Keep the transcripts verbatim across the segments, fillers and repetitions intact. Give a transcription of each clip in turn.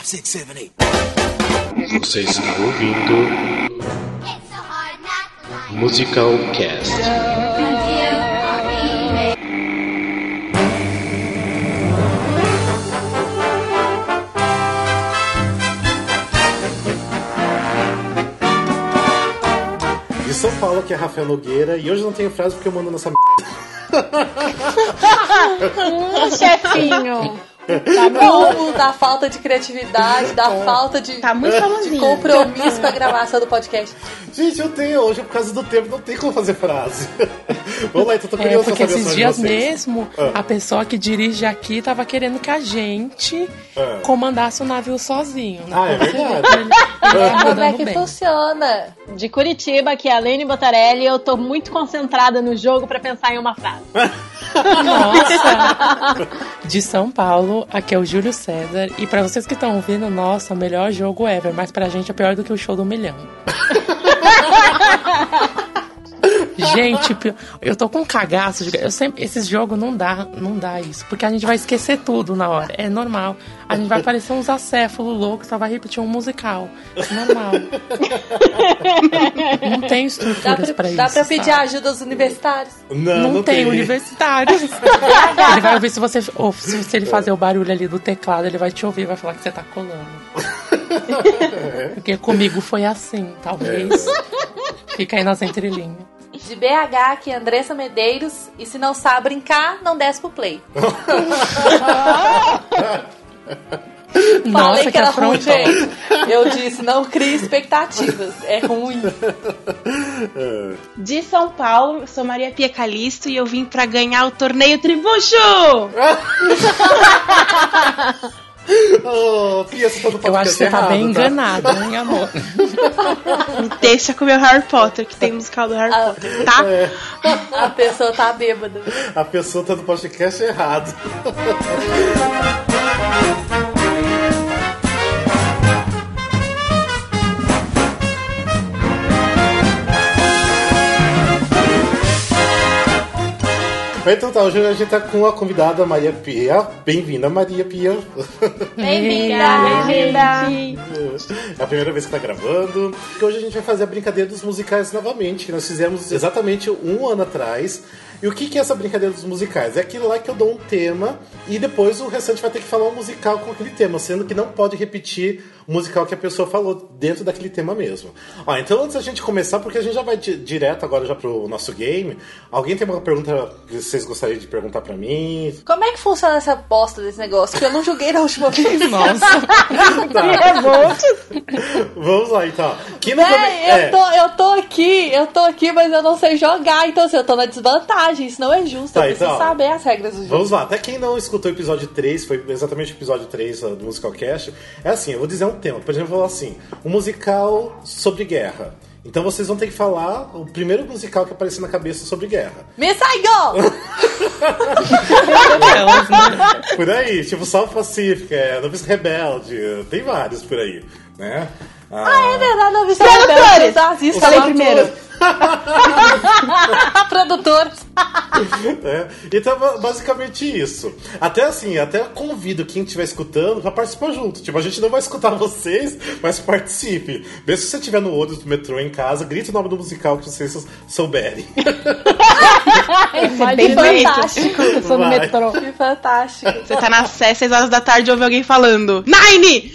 five, six, seven, eight. Você está ouvindo Musical Cast. De São Paulo, que é Rafael Nogueira, e hoje não tenho frase porque eu mando nessa m***. Hum, chefinho. Tá bom, da falta de criatividade, da falta de, tá muito de compromisso com a gravação do podcast. Gente, eu tenho hoje, por causa do tempo, não tem como fazer frase. Vamos lá, então tô curioso é, porque pra saber esses dias vocês. mesmo, ah. a pessoa que dirige aqui tava querendo que a gente ah. comandasse o navio sozinho. Né? Ah, é verdade. Ele, ele é como é que bem. Funciona? De Curitiba, aqui é a Lene Botarelli, eu tô muito concentrada no jogo pra pensar em uma frase. Nossa! De São Paulo, aqui é o Júlio César. E pra vocês que estão ouvindo, nossa, o melhor jogo ever. Mas pra gente é pior do que o show do milhão. Gente, eu tô com um cagaço. Eu sempre, esses jogos não dá, não dá isso. Porque a gente vai esquecer tudo na hora. É normal. A gente vai parecer uns acéfalos loucos, só vai repetir um musical. É normal. Não tem estruturas dá pra, pra dá isso. Dá pra pedir sabe? ajuda aos universitários? Não, não, não tem, tem universitários. Ele vai ouvir se você. Ou se, se ele fazer o barulho ali do teclado, ele vai te ouvir e vai falar que você tá colando. Porque comigo foi assim, talvez. Fica aí nas entrelinhas. De B H, aqui é Andressa Medeiros. E se não sabe brincar, não desce pro play. Nossa, Falei que, que era afrontou. ruim, gente. Eu disse, não crie expectativas. É ruim. De São Paulo, eu sou Maria Pia Calisto e eu vim pra ganhar o torneio Tribucho! Oh, Pia, você tá no eu acho que você errado, tá bem tá? enganada, hein, amor? Me deixa com o meu Harry Potter, que tem musical do Harry a, Potter, tá? É. A pessoa tá bêbada. A pessoa tá no podcast errado. Então tá, hoje a gente tá com a convidada Maria Pia. Bem-vinda, Maria Pia. Bem-vinda, bem-vinda. É a primeira vez que tá gravando. E hoje a gente vai fazer a brincadeira dos musicais novamente, que nós fizemos exatamente um ano atrás. E o que que é essa brincadeira dos musicais? É aquilo lá que eu dou um tema e depois o restante vai ter que falar um musical com aquele tema, sendo que não pode repetir o musical que a pessoa falou dentro daquele tema mesmo. Ó, então antes da gente começar, porque a gente já vai di- direto agora já pro nosso game, alguém tem uma pergunta que vocês gostariam de perguntar pra mim? Como é que funciona essa bosta desse negócio? Que eu não joguei na última vez. Nossa. Tá. Vamos lá, então. Que Véi, eu, é. tô, eu tô aqui, eu tô aqui, mas eu não sei jogar, então assim, eu tô na desvantagem. Isso não é justo, tá, eu preciso então, saber as regras do jogo. Vamos lá, até quem não escutou o episódio três, foi exatamente o episódio três do Musical Cast, é assim, eu vou dizer um tema, por exemplo, eu vou falar assim, um musical sobre guerra. Então vocês vão ter que falar o primeiro musical que aparecer na cabeça sobre guerra. Miss Saigon! Por aí, tipo South Pacific, é, Novice Rebelde, tem vários por aí, né? Ah, ah é verdade, Novice Rebelde, eu assisto, falei primeiro. Produtores. É, então, basicamente isso. Até assim, até convido quem estiver escutando pra participar junto. Tipo, a gente não vai escutar vocês, mas participe. Mesmo se você estiver no ônibus do metrô em casa, grite o nome do musical que vocês souberem. Vai, que fantástico. Eu sou no metrô. Que fantástico. Você tá na Sé, seis horas da tarde, ouve alguém falando Nine!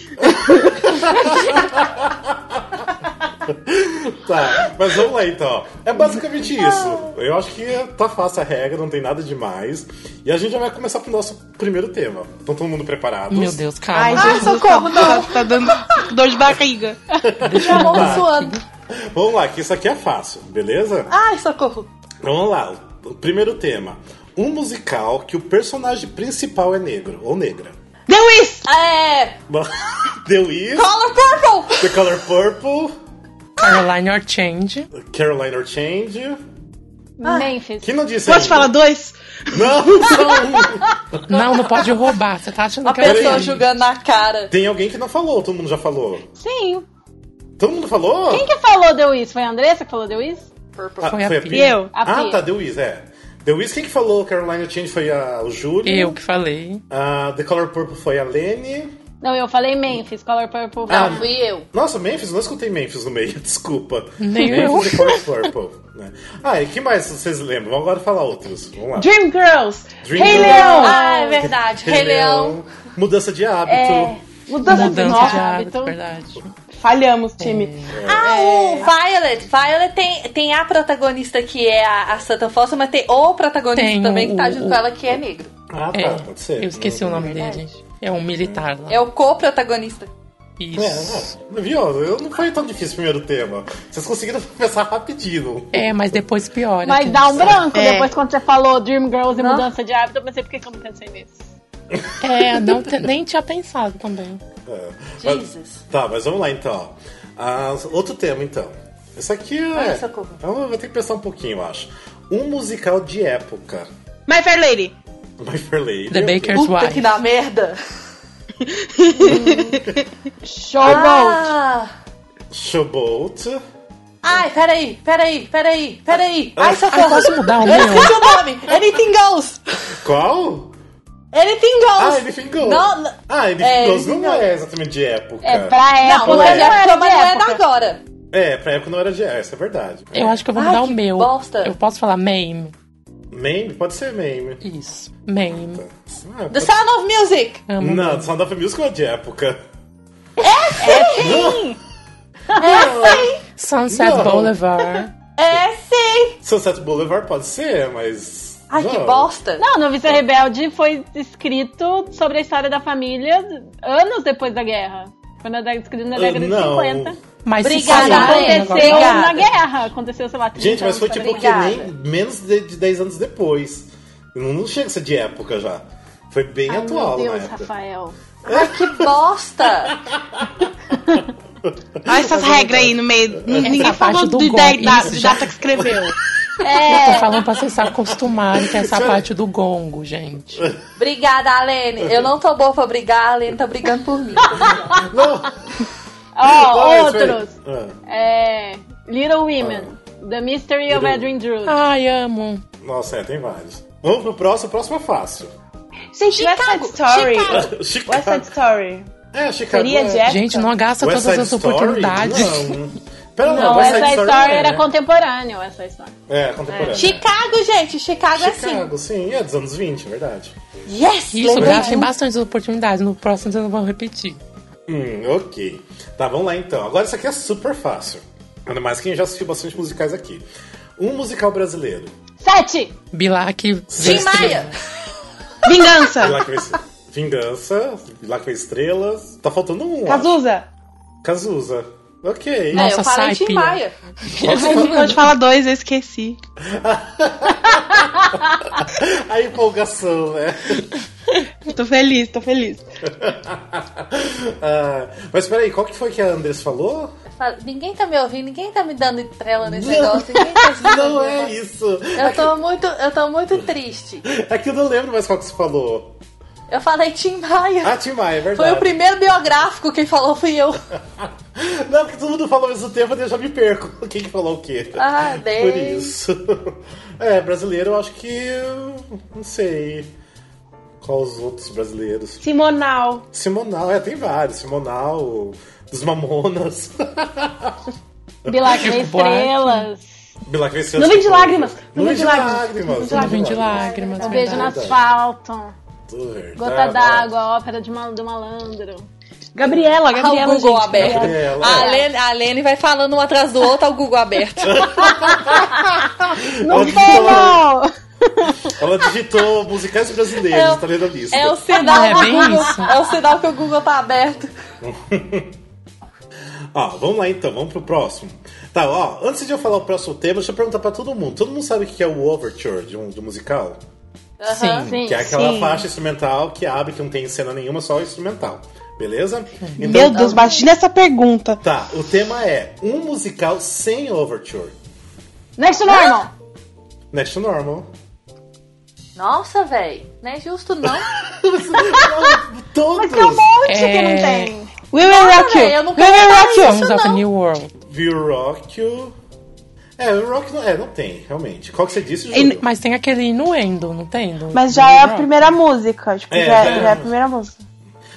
Tá, mas vamos lá então. É basicamente isso. Eu acho que tá fácil a regra, não tem nada demais. E a gente já vai começar pro nosso primeiro tema. Estão todo mundo preparado? Meu Deus, calma. Ai, Jesus, Ai, socorro, não. Tá dando dor de barriga. Deixa eu tá. suando. Vamos lá, que isso aqui é fácil, beleza? Ai, socorro. Vamos lá, o primeiro tema. Um musical que o personagem principal é negro ou negra. The Wiz! É... The Wiz. Color Purple! The Color Purple. Caroline or Change. Caroline or Change. Ah. Memphis. Quem não disse Pode ainda? falar dois? Não, não. Não, não pode roubar. Você tá achando a que é pessoa jogando na cara. Tem alguém que não falou, todo mundo já falou. Sim. Todo mundo falou? Quem que falou The Wiz? Foi a Andressa que falou The Wiz? Ah, foi a foi Pia. Eu. A Ah, Pia. tá, The Wiz, é. The Wiz, quem que falou Caroline Change foi a, o Júlio. Eu que falei. Uh, The Color Purple foi a Lene. Não, eu falei Memphis, Color Purple. Ah, Não, fui eu. Nossa, Memphis, não escutei Memphis no meio, desculpa. Nem eu. Memphis e Color Purple. Né? Ah, e que mais vocês lembram? Vamos agora falar outros. Vamos lá. Dreamgirls. Dream Rei Girl. Leão. Ah, é verdade. Rei Leão. Mudança de hábito. É, Mudança, Mudança Nossa, de hábito, então- verdade. Falhamos, time. Ah, o Violet. Violet tem, tem a protagonista que é a, a Santa Fossa, mas tem o protagonista Tem também que tá o- junto o- com ela, que é negro. Ah, tá, É, pode ser. eu esqueci Não- o nome dele, gente. É um militar lá. É o co-protagonista. Isso. É, não, viu? Eu não foi tão difícil o primeiro tema. Vocês conseguiram pensar rapidinho. É, mas depois piora. Mas que- dá um branco. É. Depois, quando você falou Dreamgirls e Não. mudança de hábito, eu pensei, por que que eu não pensei nisso? É, não, te- nem tinha pensado também. É. Mas- Jesus. tá, mas vamos lá então. Ah, outro tema então. Esse aqui é. Ai, socorro. Eu vou ter que pensar um pouquinho, eu acho. Um musical de época. My Fair Lady. My Fair Lady. The Baker's Puta Wife. que dá merda. Showboat. Ah. Showboat. Ai, peraí, peraí, peraí, peraí. Ai, Ai, socorro. posso mudar o Eu meu? esqueci o nome. Anything Goes. Qual? Anything Goes. Ah, Anything Goes. Não, não. Ah, Anything É, Goes Anything não Goes. é exatamente de época. É pra Não, época. não é de não época, era mas não é da época. agora. É, pra época não era de época, essa é verdade. Eu acho que eu vou Ai, mudar o que meu. bosta. Eu posso falar Mame? Meme? Pode ser meme. Isso. Mame. Ah, The pode- Sound of Music. Amo. Não, Sound of Music não é de época. Sunset Não. Boulevard. É sim. Sunset Boulevard pode ser, mas... Ai, que não. bosta. Não, Noviça Rebelde foi escrito sobre a história da família anos depois da guerra. Foi na década, escrito na década não. de cinquenta. Mas se Obrigada, saiu, Helena. agora- Aconteceu Obrigada. na guerra. Aconteceu, sei lá, trinta Gente, mas foi anos tipo pra que Obrigada. nem menos de, de dez anos depois. Não, não chega a ser de época já. Foi bem Ai, atual meu na Deus, época. Rafael. Ai, que bosta. Olha essas regras aí no meio. Ninguém parte falou do de, gol, da, da, isso, de já- data que escreveu. Eu tô É, falando pra vocês se acostumarem com essa parte do gongo, gente. Obrigada, Alene. Eu não tô boa pra brigar, a Alene tá brigando por mim. Não! ó, Vai, outros. vai. É, Little Women. The Mystery of Little- Adrian Drew. Ai, amo. Ah, nossa, é, tem vários. Vamos pro próximo, o próximo é fácil. Gente, West Side Story. West Chicago. Side Story. É, Chicago. Seria é. de época? Gente, não gasta West todas Side as oportunidades. Story? Não. Pera lá, Não, West essa Side Story história não é, era né? contemporânea, essa história. É, contemporâneo. Chicago, gente. Chicago é assim. Chicago, sim. É dos anos vinte, é verdade. Yes, Isso, lembrei gastem de um. bastante oportunidades. No próximo eu não vou repetir. Hum, ok. Tá, vamos lá então. Agora isso aqui é super fácil. Ainda mais quem já assistiu bastante musicais aqui. Um musical brasileiro. Sete! Bilac. Tim Maia. Vingança. Lá que vai Vingança. Lá que vai Estrelas. Tá faltando um. acho. Cazuza. Cazuza. Ok. É, Nossa, eu falei sai, Tim Pia. Maia. Ai, pode falar dois, eu esqueci. A empolgação, né? Tô feliz, tô feliz. Ah, mas peraí, qual que foi que a Andressa falou? Eu falo, ninguém tá me ouvindo, ninguém tá me dando trela nesse negócio. Ninguém tá assistindo. Não é isso. Eu tô muito, eu tô muito triste. É que eu não lembro mais qual que você falou. Eu falei Tim Maia. Ah, Tim Maia, é verdade. Foi o primeiro biográfico, quem falou fui eu. Não, porque todo mundo falou ao mesmo tempo, eu já me perco. Quem que falou o quê? Ah, Por dei. isso. É, brasileiro eu acho que... Não sei. Qual os outros brasileiros? Simonal. Simonal, é, tem vários. Simonal, dos Mamonas. Bilac Chico Estrelas. Bilac venceu. Nuvem de lágrimas. Nuvem de Nuvem de lágrimas. Nuvem de lágrimas, Um beijo no verdade. asfalto. Tudo verdade. Gota d'água, ópera de mal, do malandro. Gabriela, Ah, o Gabriela, Google gente. aberto. Gabriela. A Lene, a Lene vai falando um atrás do outro, ao Google aberto. Ela digitou, ela digitou musicais brasileiros, É o- tá lendo a lista. É o sinal É do bem Google. isso. É o sinal que o Google tá aberto. Ó, vamos lá então, vamos pro próximo. Tá, ó, antes de eu falar o próximo tema, deixa eu perguntar pra todo mundo. Todo mundo sabe o que é o overture de um, de um musical? Sim. Sim. Que é aquela Sim. faixa instrumental que abre, que não tem cena nenhuma, só o instrumental. Beleza? Então, Meu Deus, imagina essa pergunta. Tá, o tema é um musical sem overture. Next Normal. Next to Normal. Nossa, velho. Não é justo, não. Todos! Mas tem um monte que É. não tem. We Will Nossa, Rock You. véi, eu não We Will quero Rock You. Songs of a New World. Viu Rock You. É, o Rock não, é, não tem, realmente. Qual que você disse, E- Júlio? Mas tem aquele inuendo, não tem? Do- Mas do já é a rock. primeira música. Tipo, É, já, já é. já é a primeira música.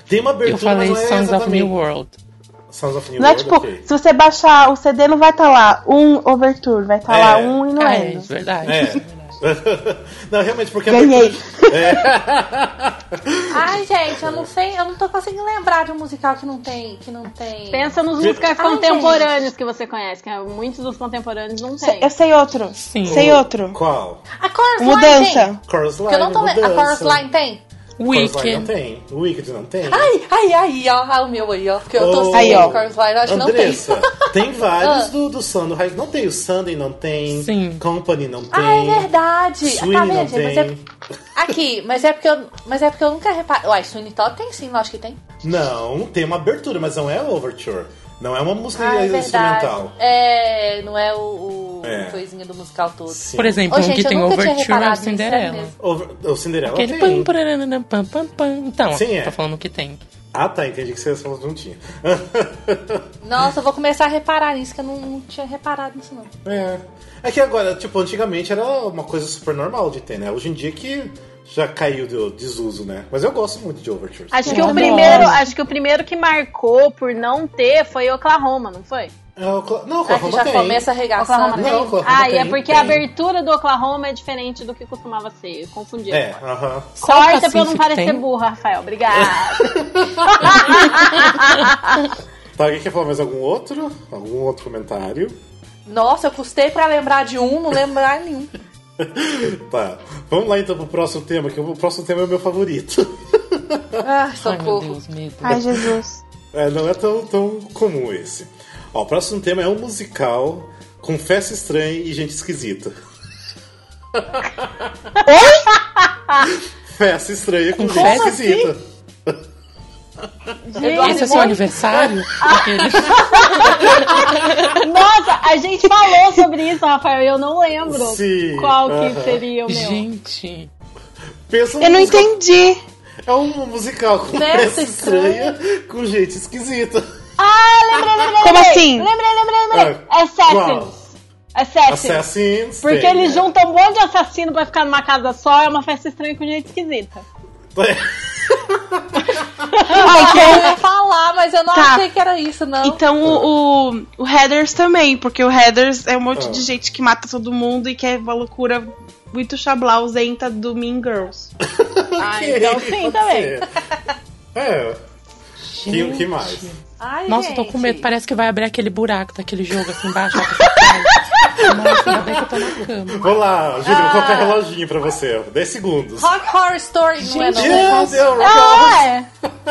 Tem uma abertura, Eu falei mas não é Sons of exatamente... New World. Sons of New Não é World, tipo, ok. se você baixar o C D, não vai estar lá um Overture, vai estar É. lá um É, Innuendo. verdade. É. Não, realmente, porque a Ganhei. abertura... É. Ai, gente, eu não sei, eu não tô conseguindo lembrar de um musical que não tem. Que não tem... Pensa nos musicais Ai, contemporâneos que você conhece, que muitos dos contemporâneos não Se- tem. Eu sei outro. Sim. Sei outro. Qual? A Chorus Line Mudança. tem. Chorus Porque eu não tô Line, lembrando. A Chorus mudança. Line tem? Chorus Line não Wicked. tem. Wicked não tem. Ai, ai, ai, ó, ah, o meu aí, ó. Porque eu tô Oh. sem Aí, ó. Chorus Line, eu acho Andressa, que não tem. tem vários Ah. do, do Sunday High. Não tem o Sunday, não tem. Sim. Company não tem. Ah, é verdade. Sweeney tá não vendo, gente? Mas tem. é... Aqui, mas é porque eu, mas é porque eu nunca reparei. Uai, Sweeney Todd tem sim, lógico que tem. Não, tem uma abertura, mas não é overture. Não é uma música Ah, é instrumental. verdade. É, não é o, o É. coisinha do musical todo. Sim. Por exemplo, Ô, um gente, que eu tem nunca tinha Overture é o reparado nisso, Cinderela. sério mesmo. Over- o Cinderela Aquele tem. pam, pararana, pam, pam, pam. Então, Sim, é. tô falando que tem. Ah, tá, entendi que vocês falam juntinho. Nossa, eu vou começar a reparar nisso, que eu não, não tinha reparado nisso, não. É. É que agora, tipo, antigamente era uma coisa super normal de ter, né? Hoje em dia que já caiu do desuso, né? Mas eu gosto muito de overtures. Acho que, Eu o adoro. primeiro, acho que o primeiro que marcou por não ter foi Oklahoma, não foi? É, o Cla- não, o É que Oklahoma já tem. começa a arregaçar. Oklahoma né? Não, tem? Oklahoma Ah, e é tem, porque tem. a abertura do Oklahoma é diferente do que costumava ser. Eu confundi. É, agora. aham. Corta pra eu não Pacific parecer tem? burra, Rafael. Obrigada. Tá, alguém quer falar mais algum outro? Algum outro comentário? Nossa, eu custei pra lembrar de um, não lembrar nenhum. Tá. Vamos lá então pro próximo tema, que o próximo tema é o meu favorito. Ai, Ai, meu socorro. Deus, medo. Ai, Jesus. É, não é tão, tão comum esse. Ó, o próximo tema é um musical com festa estranha e gente esquisita. Oi? Festa estranha com, Com gente festa? esquisita. Esse é seu aniversário? Aquele- Nossa, a gente falou sobre isso, Rafael, e eu não lembro Sim, qual que aham. seria o meu. Gente, Pensa num Eu não musical- entendi. É um musical com Festa festa estranha com gente esquisita. Ah, lembrei, lembrei, Como lembrei. assim? Lembrei, lembrei, lembrei. Ah, Assassins. Assassins. Assassins. Porque tem, eles né? juntam um monte de assassino pra ficar numa casa só, é uma festa estranha com gente esquisita. Eu ia falar, mas eu não Tá. achei que era isso, não. Então o, o, o Heathers também, porque o Heathers é um monte Ah. de gente que mata todo mundo e que é uma loucura muito chablausenta do Mean Girls. Ah, Ok, então sim pode também. ser. É. Que, que mais? Ai, nossa, eu tô gente. com medo. Parece que vai abrir aquele buraco daquele jogo assim embaixo. ó, que você cai. Nossa, ainda bem que eu tô na cama. Vamos lá, Júlio, vou Ah. colocar reloginho pra você. dez segundos. Rock Horror Story, não é não? Yes, é o Rock Ah, é.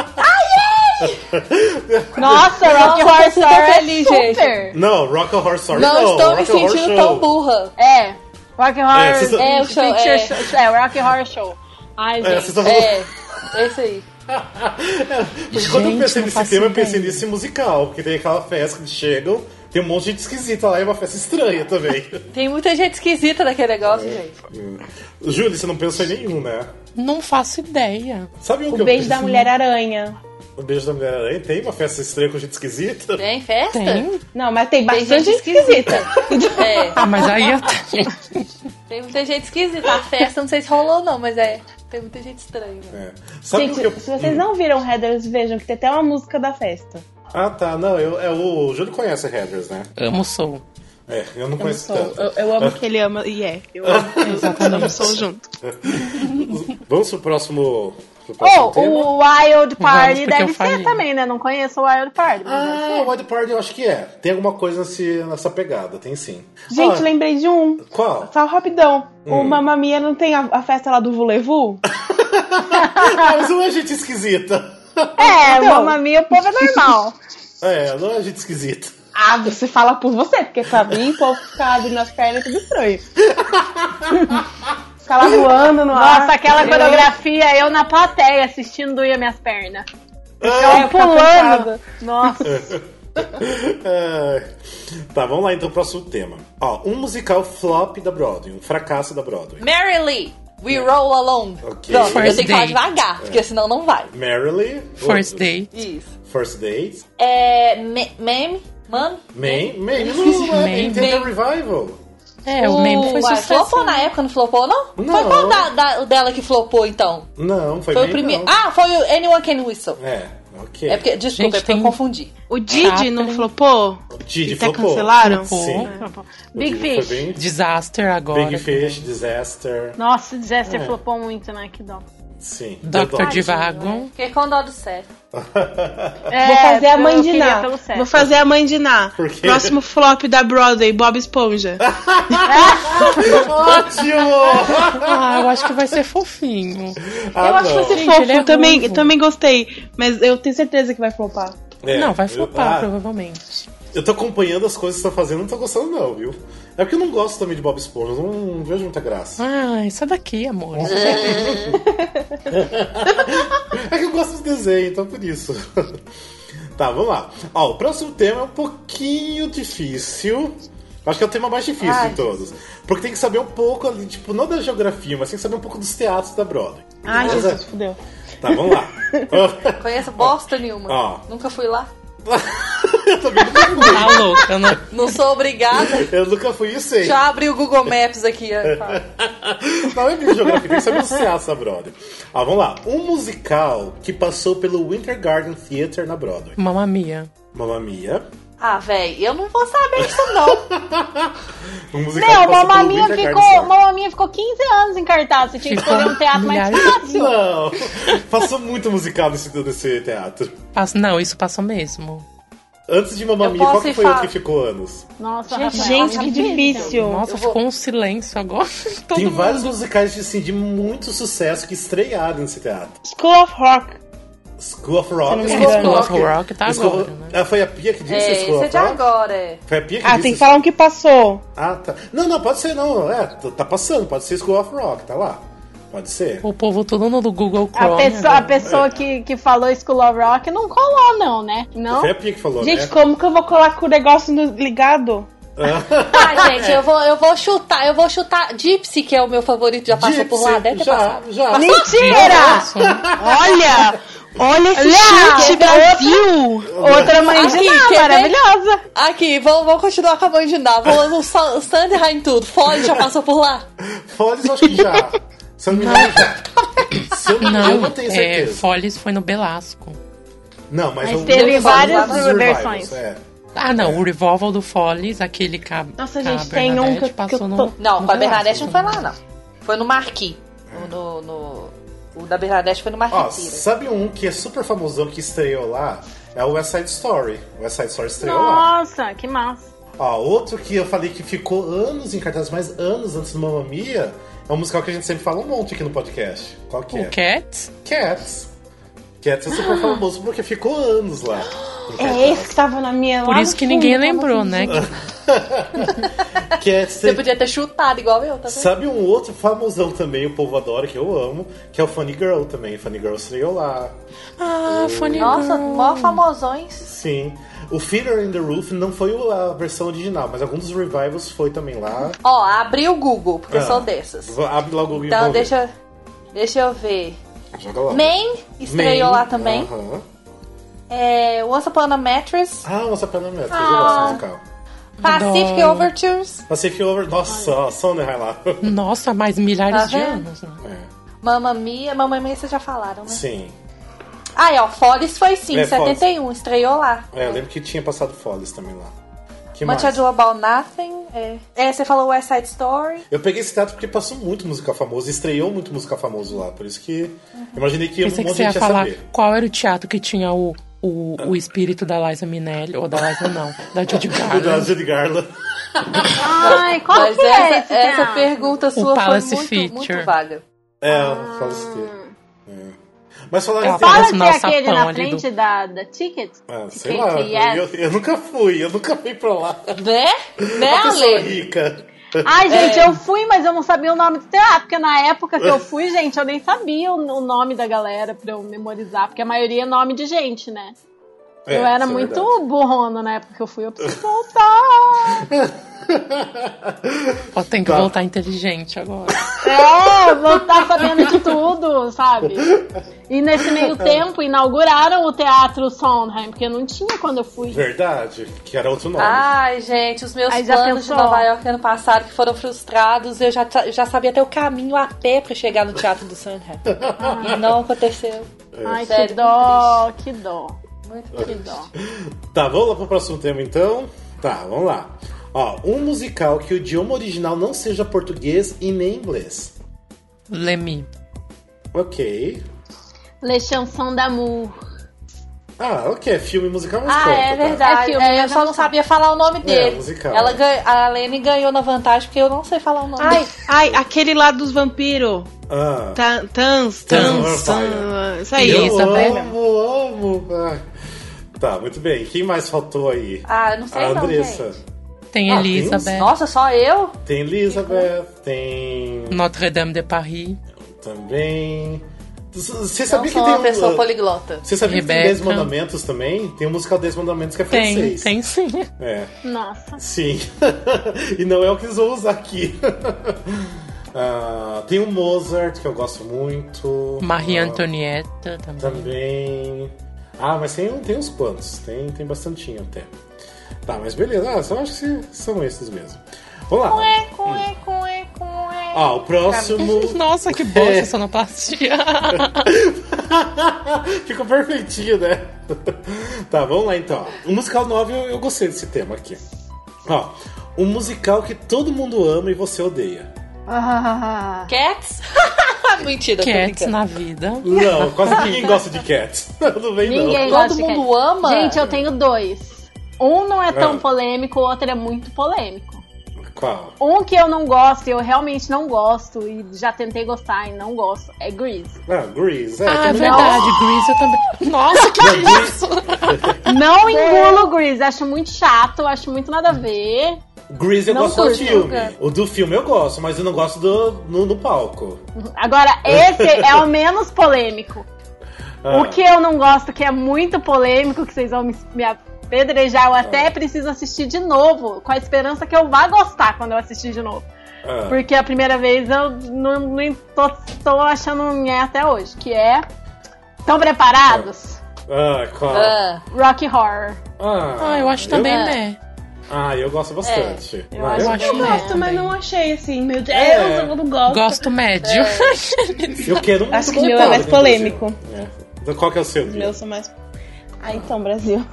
Nossa, Rock eu tô Horror super Story é feliz, gente. super. Não, Rock Horror Story Não, não. estou me Rock Horror sentindo Show. tão burra. É. Rock Horror É, vocês- É, o show, Picture é. Show. É, Rock Horror Show. Ai, É, gente. vocês estão falando... É, esse aí. Porque quando eu Gente, pensei não nesse faço tema, eu ideia. pensei nesse musical. Porque tem aquela festa que eles chegam, tem um monte de gente esquisita lá e é uma festa estranha também. Tem muita gente esquisita naquele negócio, gente. Júlio, você não pensou em nenhum, né? Não faço ideia. Sabe um que O eu beijo da pensei? Mulher-Aranha. O beijo da Mulher-Aranha tem uma festa estranha com gente esquisita? Tem festa? Tem? Não, mas tem Tem bastante gente gente esquisita. É, Ah, mas aí até... tem muita gente esquisita. A festa, não sei se rolou não, mas é. Tem muita gente estranha. É. Sabe o Gente, que eu... se vocês não viram Heathers, vejam que tem até uma música da festa. Ah, tá. Não, eu, é, o Júlio conhece Heathers, né? Amo Soul. É, eu não conheço Sou. tanto. Eu, eu amo que ele ama e é. Eu amo, eu amo Soul junto. Vamos pro próximo, pro próximo Oh, tema? o Wild Party porque deve eu ser falei. também, né? Não conheço o Wild Party. mas deve Ah, ser. o Wild Party eu acho que é. Tem alguma coisa nesse, nessa pegada, tem sim. Gente, Ah, lembrei de um. qual? Só rapidão. Hum. O Mamma Mia não tem a, a festa lá do Volevu? Ah, mas não é gente esquisita. É, Então. Mamma Mia, o povo é normal. É, não é gente esquisita. Ah, você fala por você, porque pra mim o povo ficar abrindo as pernas é tudo estranho. Ficar lá voando no ar. Nossa, aquela Eu- coreografia, eu na plateia assistindo doía minhas pernas. Ah, Eu ficar pulando. cansada. Nossa. é. Tá, vamos lá então pro próximo tema. Ó, um musical flop da Broadway, um fracasso da Broadway. Mary Lee, We Roll Along. Ok. Pronto, eu First tenho que falar Date. devagar, porque senão não vai. Merrily. First outros. Date. Isso. First Date. É. Me- Meme? Mano? Main. Main. Não, esqueci. não é. Main. Entender Main. Revival. É, o meme foi Uai, sucesso. flopou na época, não flopou, não? Não. Foi qual da, da, o dela que flopou, então? Não, foi, Foi bem o primeiro. não. Ah, foi o Anyone Can Whistle. É, ok. É porque, desculpa, Gente, é porque eu tem- confundi. O Didi não flopou? Didi E até flopou. cancelaram? Flopou. Sim. Big O Didi Fish. Foi bem... Disaster agora. Big Fish, Disaster. Nossa, Disaster É. flopou muito, né? Que dó. Sim. doutor Deu dó. Divago. Fiquei com dó do Seth. É, Vou fazer a eu mãe de queria Ná. pelo Seth. Vou fazer a mãe de Ná. Por quê? Próximo flop da Broadway, Bob Esponja. Ótimo! Ah, eu acho que vai ser fofinho. Ah, eu acho que vai ser Gente, fofo, ele é também, ruivo. também gostei. Mas eu tenho certeza que vai flopar. É, Não, vai eu- flopar, ah, provavelmente. Eu tô acompanhando as coisas que você tá fazendo, não tô gostando não, viu? É porque eu não gosto também de Bob Esponja, eu não, não vejo muita graça. Ah, isso daqui, amor. É que eu gosto de desenho, então por isso. Tá, vamos lá. Ó, o próximo tema é um pouquinho difícil. Acho que é o tema mais difícil Ai, de todos. Porque tem que saber um pouco ali, tipo, não da geografia, mas tem que saber um pouco dos teatros da Broadway. Ai, Beleza? Jesus, fudeu. Tá, vamos lá. Conheço bosta nenhuma. Ó. Nunca fui lá. Eu também nunca fui. Tá louca, né? Não sou obrigada. Eu nunca fui e sei. Já abri o Google Maps aqui. ó. Não é de geografia, tem que saber os teatros da Broadway. Ó, vamos lá. Um musical que passou pelo Winter Garden Theatre na Broadway. Mamma Mia. Mamma Mia. Ah, véi, eu não vou saber isso não. Um musical Meu, que passou Mamma pelo Mia Winter ficou, Garden Theatre. Mamma Mia ficou quinze anos em cartaz. Você tinha que Ficou escolher um teatro mais milhares- fácil. Não, passou muito musical nesse, nesse teatro. Passa- Não, isso passou mesmo. Antes de Mamma Eu Mia, qual posso que ir foi o fa- que ficou anos? Nossa, Gente, Rafael, Gente, que difícil. difícil. Nossa, Eu vou- ficou um silêncio agora. Todo Tem mundo. vários musicais assim, de muito sucesso que estrearam nesse teatro. School of Rock. School of Rock. não me É, engano. School of Rock tá School- agora, né? Ah, foi a Pia que disse É, School esse é of de Rock? agora, é. Foi a Pia que Ah, disse. tem que falar um que passou. Ah, tá. Não, não, pode ser não. É, t- tá passando, pode ser School of Rock, tá lá. Pode ser. O povo tudo no Google A Chrome. pessoa, a agora. pessoa que, que falou School of Rock não colou, não, né? Não? Foi a Pia que falou, Gente, né? como que eu vou colar com o negócio no- ligado? Ah, gente, eu vou, eu vou chutar, eu vou chutar. Gypsy, que é o meu favorito, já passou por lá, Gypsy, deve ter já, passado. já. Mentira! Olha! Olha esse Olha, chute, Brasil! Outra mãe Aqui, de Ná, quer ver? maravilhosa. Aqui, vamos, vamos continuar com a mãe de Ná. Vamos no Sa- Sandra em tudo. Foley já passou por lá. Follies, eu acho que já. Se eu não me engano, já. Se eu não me engano, eu Não, não tenho é, certeza. Follies foi no Belasco. Não, mas, Mas eu teve eu várias dos revivals, versões. É. Ah, não, o Revolver do Follies, aquele cab Nossa, com a gente, tem um Bernadette, que- que passou eu no, tô- Não, no com a Belasco Bernadette não foi também. lá, não. Foi no Marquis. No, no- o da Bernadette foi no Ó, Marquis. sabe um que é super famosão que estreou lá? É o West Side Story. O West Side Story estreou lá. Nossa, que massa. Ó, outro que eu falei que ficou anos em cartaz, mas anos antes do Mamma Mia, é um musical que a gente sempre fala um monte aqui no podcast. Qual que é? O Cats? Cats. Cats é super famoso porque ficou anos lá. em cartaz. É esse que tava na minha Por lá isso no que fundo, ninguém tava lembrou, assim. né? Cats Você tem- podia ter chutado igual eu, tá vendo? Sabe um outro famosão também, o povo adora, que eu amo, que é o Funny Girl também. Funny Girl estreou lá. Ah, Funny Nossa, Girl. mó famosões. Sim. O Feeder in the Roof não foi a versão original, mas alguns dos revivals foi também lá. Ó, abri o Google, porque eu Ah. sou dessas. Abre logo o Google. Então deixa, deixa eu ver. Joga lá. Maine estreou Man. lá também. Aham. É, Once Upon a Mattress. Ah, nossa pena Metro, eu Ah. gosto desse musical. Pacific Adoro. Overtures. Pacific Over. Nossa, ó, Sony vai lá. Nossa, mais milhares Tá de vendo? anos, né? É, Mamma Mia. Mamma Mia vocês já falaram, né? sim. Ah, é, ó, Follies foi sim, É, setenta e um, estreou lá. É, eu lembro que tinha passado Follies também lá. Que Much mais? Ado About Nothing. É. é, você falou West Side Story. Eu peguei esse teatro porque passou muito musical famoso, estreou muito musical famoso lá, por isso que eu imaginei que um Pensei que monte você de ia gente ia falar saber. qual era o teatro que tinha o, o, o espírito da Liza Minnelli, ou da Liza não, da Judy O da Garland. Judy Garland. Ai, qual Mas que é essa, esse essa teatro? pergunta sua foi Palace muito, Feature. muito válida. É, Ah. fala esse tempo. É. Mas falaram Ela assim, Parece Fala o se é nosso aquele sapão na ali frente do- da, da Ticket. ah, sei Ticket, lá, yes. eu, eu nunca fui, eu nunca fui pra lá. Né? Né, Uma pessoa Ale? rica. Ai, gente, É. eu fui, mas eu não sabia o nome do teatro, porque na época que eu fui, gente, eu nem sabia o, o nome da galera pra eu memorizar, porque a maioria é nome de gente, né? É, eu era isso é muito verdade. burrona na época que eu fui. Eu preciso voltar. Ó, tem que Tá. voltar inteligente agora. É, voltar sabendo de tudo, sabe? E nesse meio tempo inauguraram o Teatro Sondheim, porque não tinha quando eu fui. Verdade, que era outro nome. Ai, gente, os meus Aí já planos de pensou? Nova York ano passado que foram frustrados, eu já, ta- já sabia até o caminho a pé pra chegar no Teatro do Sondheim. E não aconteceu. Ai, Sério, que dó, que dó. Muito Que triste. dó. Tá, vamos lá pro próximo tema então? Tá, vamos lá. Ó, um musical que o idioma original não seja português e nem inglês. Lemmy. Ok. Les Chansons d'amour. Ah, ok, filme musical, mas Ah, conta, é tá? verdade. É filme, É, eu mas só não não sabia falar o nome dele. musical. Ela ganha- a Lene ganhou na vantagem porque eu não sei falar o nome Ai, dele. ai, aquele lá dos vampiros. Ah, Tan- Tans, Tans, tans, tans. Isso aí. eu Isabela. amo, amo. Ah. Tá, muito bem. Quem mais faltou aí? Ah, eu não sei A não, Andressa. gente. Tem Ah, Elizabeth. Nossa, só eu? Tem Elizabeth, tem... Notre-Dame de Paris. Também... Você Não sabia que sou tem uma um... pessoa poliglota. Você sabia que tem Rebeca. Dez Mandamentos também? Tem um musical Dez Mandamentos que é Tem, francês. tem sim. É, Nossa. sim. E não é o que eles vão usar aqui. Ah, tem o Mozart, que eu gosto muito. Marie Ah, Antoniette também. Também. Ah, mas tem, tem uns quantos. Tem, tem bastantinho até. Tá, mas beleza. Ah, só acho que são esses mesmo. Vamos lá. Cué, cué, cué, cué. Ah, o próximo. Nossa, que boa É. essa sonoplastia. Ficou perfeitinho, né? Tá, vamos lá então. O musical novo, eu, eu gostei desse tema aqui. Ó, um musical que todo mundo ama e você odeia. Ah, Cats? Mentira, tô Cats brincando. na vida. Não, quase ninguém gosta de Cats. Não vem Ninguém não. gosta Todo de mundo Cats. ama? Gente, eu tenho dois. Um não é tão Ah. polêmico, o outro é muito polêmico. Qual? Um que eu não gosto, e eu realmente não gosto, e já tentei gostar e não gosto, é Grease. Ah, Grease. É, Ah, é também verdade, Grease eu também. Nossa, que Não, isso! Não engulo Grease, acho muito chato, acho muito nada a ver. Grease eu Não gosto do curto, filme. nunca. O do filme eu gosto, mas eu não gosto do no, no palco. Agora, esse é o menos polêmico. Ah. O que eu não gosto, que é muito polêmico, que vocês vão me, me apedrejar, eu até preciso assistir de novo, com a esperança que eu vá gostar quando eu assistir de novo. Ah. Porque a primeira vez eu não, não tô, tô achando um nhé até hoje, que é... Estão preparados? Ah, qual? Ah, Rocky Horror. Ah, Ah, eu acho também, É. né? Ah, eu gosto bastante. eu Ah, acho Eu acho Eu né, gosto, mas também. não achei assim, meu Deus, É. eu não gosto. Gosto médio. eu quero muito Acho que voltar, meu é mais né, polêmico. inclusive. É. Então, qual que é o seu? Os Bia? meus são mais. Ah, então, Brasil.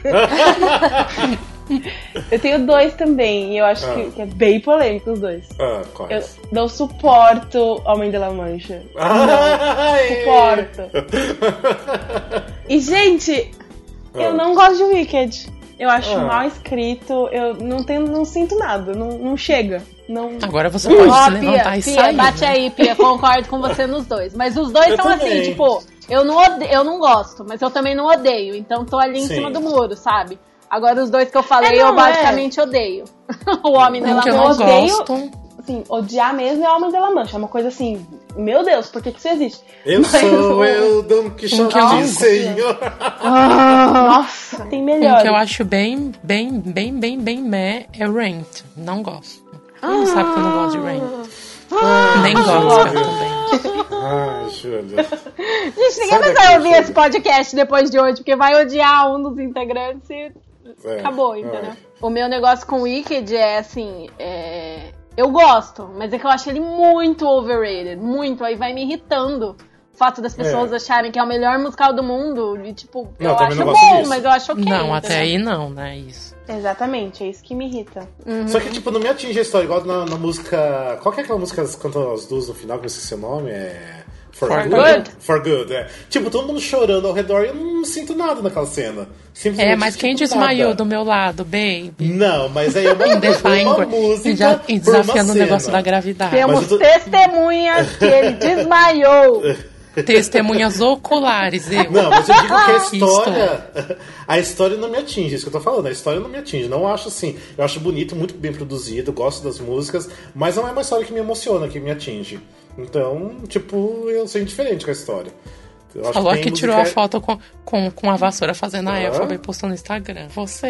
Eu tenho dois também, e eu acho Ah. que, que é bem polêmico os dois. Ah, Eu quais? não suporto Homem de La Mancha. Ai. Suporto. E, gente, eu não gosto de Wicked. Eu acho Ah. mal escrito, eu não tenho, não sinto nada, não, não chega. Não... Agora você pode Ó, se levantar Pia, e Pia, sair. bate né? aí, Pia, concordo com você nos dois. Mas os dois Eu são também. assim, tipo, eu não, ode... eu não gosto, mas eu também não odeio. Então tô ali em Sim. cima do muro, sabe? Agora os dois que eu falei, É, não, eu basicamente odeio. O Homem de Um La que eu eu não Mancha. odeio- gosto. Assim, odiar mesmo é Homem de La Mancha. É uma coisa assim, meu Deus, por que, que isso existe? Eu Mas sou o- eu, Dom Quixote, que eu não senhor. Nossa, tem Um melhor. que eu acho bem, bem, bem, bem, bem meh é Rent. Não gosto. Não sabe que eu não gosto de Rent. Nem gosto também. Ai, Júlia. Gente, ninguém Sai vai daqui, ouvir Júlia. esse podcast depois de hoje, porque vai odiar um dos integrantes e É, acabou, entendeu? vai. O meu negócio com o Wicked é assim, é... eu gosto, mas é que eu acho ele muito overrated, muito, aí vai me irritando o fato das pessoas É. acharem que é o melhor musical do mundo e tipo, Não, eu também acho não gosto bom, disso. mas eu acho ok. Não, até entendeu? aí não, né? Isso. Exatamente, é isso que me irrita. Só que, tipo, não me atinge a história, igual na, na música... Qual que é aquela música que elas cantam as duas no final, que eu esqueci o nome? É... For, For good? Good. For Good, é. Tipo, todo mundo chorando ao redor e eu não sinto nada naquela cena. Simplesmente, É, mas quem tipo, desmaiou nada. do meu lado, baby? Não, mas aí é uma, Em Defying uma Gra- música e, já, e por uma desafiando o cena. negócio da gravidade. Mas Temos eu tô- testemunhas que ele desmaiou. Testemunhas oculares, eu. Não, mas eu digo que a Que história. A história não me atinge, é isso que eu tô falando. A história não me atinge. Não acho assim. Eu acho bonito, muito bem produzido, gosto das músicas, mas não é uma história que me emociona, que me atinge. Então, tipo, eu sou indiferente com a história. Eu acho Falou que que tem tirou musica- a foto com, com, com a vassoura fazendo a Hã? elfa e postou no Instagram. Você.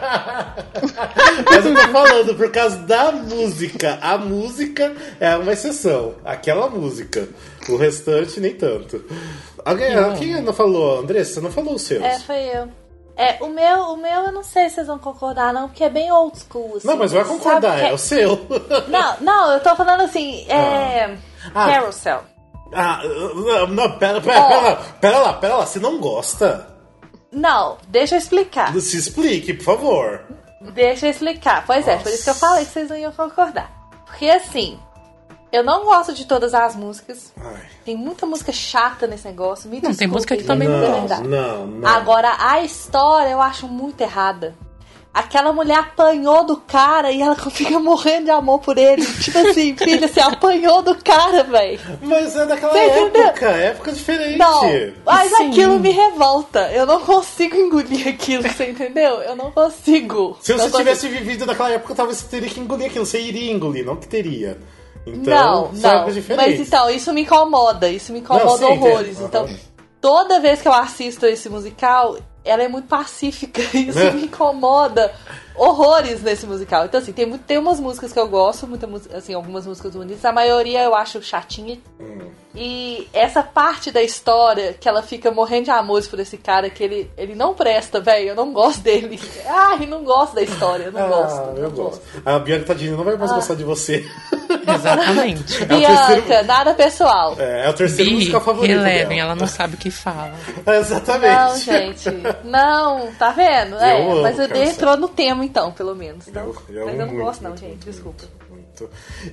Mas eu tô falando por causa da música. A música é uma exceção. Aquela música. O restante, nem tanto. Alguém, quem não falou? Andressa, você não falou os seus? É, foi eu. É, o meu, o meu eu não sei se vocês vão concordar, não, porque é bem old school. Assim, Não, mas vai concordar, sabe que é o seu. Não, não, eu tô falando assim, é. Ah. Carousel. Ah, não, não, pera, pera, Ó. pera lá, pera lá, pera lá, você não gosta? Não, deixa eu explicar. Se explique, por favor. Deixa eu explicar. Pois é, por isso que eu falei que vocês não iam concordar. Porque assim, eu não gosto de todas as músicas. Ai. Tem muita música chata nesse negócio. Me Não, tem desculpem, música que gente, também mas é Não, verdade. não, não. Agora, a história eu acho muito errada. Aquela mulher apanhou do cara e ela fica morrendo de amor por ele. Tipo assim, filha, você apanhou do cara, velho. Mas é daquela Você entendeu? época, época diferente. Não, mas Sim. aquilo me revolta. Eu não consigo engolir aquilo, você entendeu? Eu não consigo. Se Não você consigo. tivesse vivido naquela época, talvez você teria que engolir aquilo. Você iria engolir, não que teria. Então, Não, são não. épocas diferentes. Mas então, isso me incomoda. Isso me incomoda Não, sim, horrores. entendo. Então, Aham. toda vez que eu assisto esse musical, ela é muito pacífica. Isso me incomoda horrores nesse musical. Então, assim, tem, muito, tem umas músicas que eu gosto, muita, música- assim, algumas músicas bonitas. A maioria eu acho chatinha. Hum. E essa parte da história, que ela fica morrendo de amor por esse cara, que ele, ele não presta, velho. Eu não gosto dele. Ai, não gosto da história. Eu não Ah, gosto. eu não gosto. A Bianca Tadini não vai mais gostar de você. Exatamente. É o Bianca, terceiro- nada pessoal. É, é o terceiro Bi, musical favorito relevem, dela. ela não sabe o que fala. Exatamente. Não, gente. Não, tá vendo? É, amo mas eu Carousel. entrou no tema, então, pelo menos. Então, Eu- eu mas amo eu não muito, gosto, não, muito, gente. muito, Desculpa. Muito.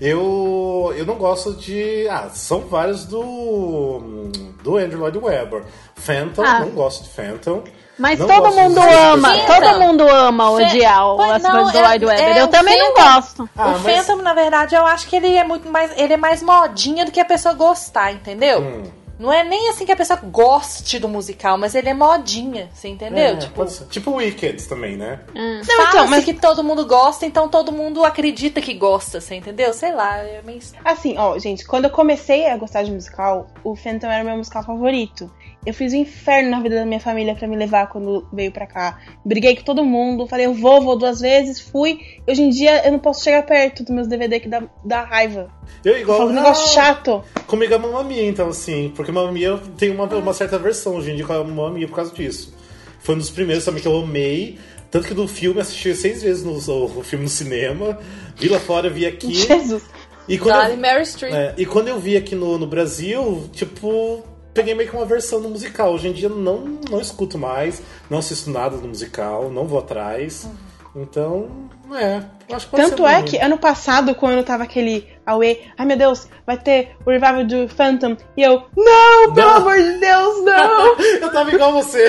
Eu, eu não gosto de... Ah, são vários do, do Andrew Lloyd Webber. Phantom, Ah. não gosto de Phantom. Mas Não todo gosto mundo dos ama, musicais. Então, todo mundo ama Fe- odiar Pois as não, coisas do é- Lloyd Webber. é, Eu o também não Phantom- gosto. Ah, o mas- Phantom, na verdade, eu acho que ele é muito mais. Ele é mais modinha do que a pessoa gostar, entendeu? Hum. Não é nem assim que a pessoa goste do musical, mas ele é modinha, você entendeu? É, tipo, pode ser. Tipo Wicked também, né? Não, fala então, mas que todo mundo gosta, então todo mundo acredita que gosta, você entendeu? Sei lá, é meio. assim, ó, gente, quando eu comecei a gostar de musical, o Phantom era o meu musical favorito. Eu fiz um inferno na vida da minha família pra me levar quando veio pra cá. Briguei com todo mundo, falei, eu vou, vou duas vezes, fui. Hoje em dia eu não posso chegar perto dos meus D V D que dá, dá raiva. Eu igual... Fala um negócio Ah, chato. Comigo é Mamma Mia, então, assim. Porque Mamma Mia eu tenho uma, uma certa versão hoje em dia com a Mamma Mia por causa disso. Foi um dos primeiros também que eu amei. Tanto que do filme eu assisti seis vezes no, o, o filme no cinema. Vi lá fora, vi aqui. Jesus. E quando, Dali eu, Mary Streep. é, e quando eu vi aqui no, no Brasil, tipo... Peguei meio que uma versão no musical. Hoje em dia eu não, não escuto mais. Não assisto nada do musical. Não vou atrás. Então, é... eu Acho que pode Tanto ser é bom. que ano passado, quando tava aquele Away, ai meu Deus, vai ter o revival do Phantom. E eu, não, pelo Não. amor de Deus, não! Eu tava igual você.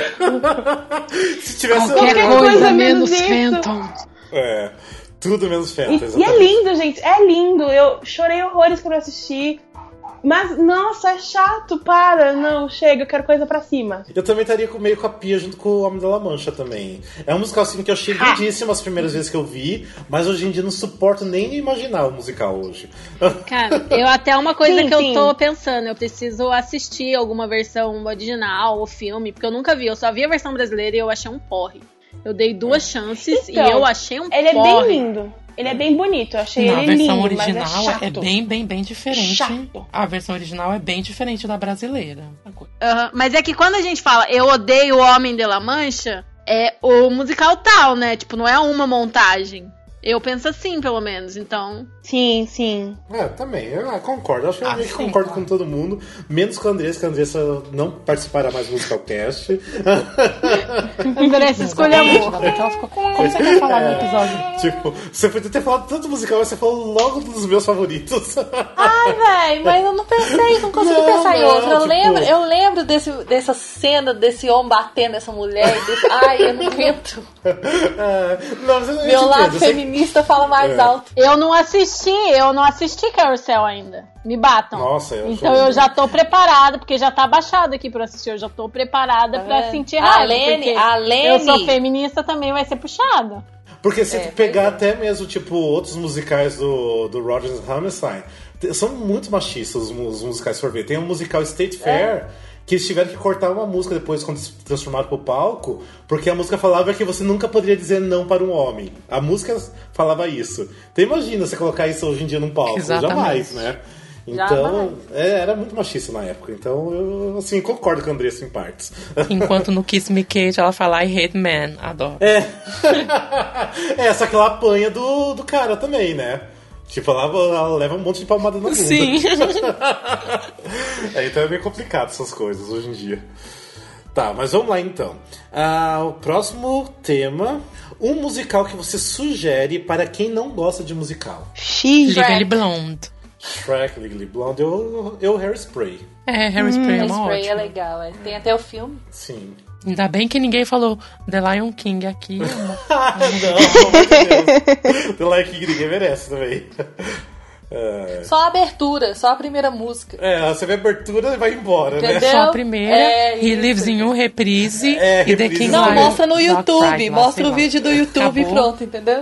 Se tivesse... Qualquer um- coisa menos isso. Phantom. É, tudo menos Phantom, E, e exatamente. é lindo, gente, é lindo. Eu chorei horrores quando eu assisti. Mas, nossa, é chato, para. Não, chega, eu quero coisa pra cima. Eu também estaria com- meio com a Pia junto com o Homem da La Mancha também. É um musical assim que eu achei lindíssimo as primeiras vezes que eu vi, mas hoje em dia não suporto nem imaginar o musical hoje. Cara, eu até uma coisa Sim, que sim. eu tô pensando, eu preciso assistir alguma versão original ou filme, porque eu nunca vi, eu só vi a versão brasileira e eu achei um porre. Eu dei duas chances Então, e eu achei um Ele é porre. bem lindo. Ele é bem bonito. Eu achei Não, a ele versão lindo, original mas é chato. é bem, bem, bem diferente. Chato. A versão original é bem diferente da brasileira. Aham, mas é que quando a gente fala eu odeio o Homem de La Mancha, é o musical tal, né? Tipo, não é uma montagem. Eu penso assim, pelo menos, então... Sim, sim. É, também, eu ah, concordo. Acho que eu Ah, meio que sim, concordo claro. com todo mundo, menos com a Andressa, que a Andressa não participará mais do Musicalcast. Andressa escolheu amor. Porque ela ficou, como você quer falar no episódio? Tipo, você podia ter falado tanto musical, mas você falou logo dos meus favoritos. Ai, velho, mas eu não pensei, não consegui Não, pensar em não, outra. Eu tipo- lembro, eu lembro desse, dessa cena desse homem batendo nessa mulher. Desse... Ai, eu não aguento. É, não, mas eu, eu te Meu lado entendo, eu sei- feminista fala mais É. alto. Eu não assisti, eu não assisti Carousel ainda. Me batam. Nossa, eu Então sou- eu já tô preparada, porque já tá baixado aqui pra assistir. Eu já tô preparada Tá pra vendo? sentir raiva. A Lene- porque a Lene- eu sou feminista também, vai ser puxada. Porque se É, tu pegar pois é. até mesmo, tipo, outros musicais do, do Rodgers and Hammerstein, te- são muito machistas os, mu- os musicais, se for ver. Tem um musical State Fair, que eles tiveram que cortar uma música depois quando se transformaram pro palco, porque a música falava que você nunca poderia dizer não para um homem. A música falava isso. Então imagina você colocar isso hoje em dia num palco. Exatamente. Jamais, né? Então, é, era muito machista na época. Então, eu, assim, concordo com a Andressa em partes. Enquanto no Kiss Me Kate ela fala I hate men. Adoro. É. É, só que ela apanha do, do cara também, né? Tipo, ela, ela leva um monte de palmada na bunda. Sim. É, então é bem complicado essas coisas hoje em dia. Tá, mas vamos lá então. Ah, o próximo tema. Um musical que você sugere para quem não gosta de musical. X. Legally Blonde. Shrek, Legally Blonde, eu, eu Hairspray. É, Hairspray é uma Spray ótima. é legal, é. Tem até o filme. Sim. Ainda bem que ninguém falou The Lion King aqui. Ah, não, pelo amor de Deus. The Lion King ninguém merece também. É, Só a abertura, só a primeira música. é, você vê a abertura e vai embora, né? Entendeu? Só a primeira. É, He isso. Lives in You, reprise. É, e The reprise. King Não, Lion. mostra no Dark YouTube. Pride, lá, Mostra sei o lá. vídeo do YouTube e Acabou. pronto, entendeu?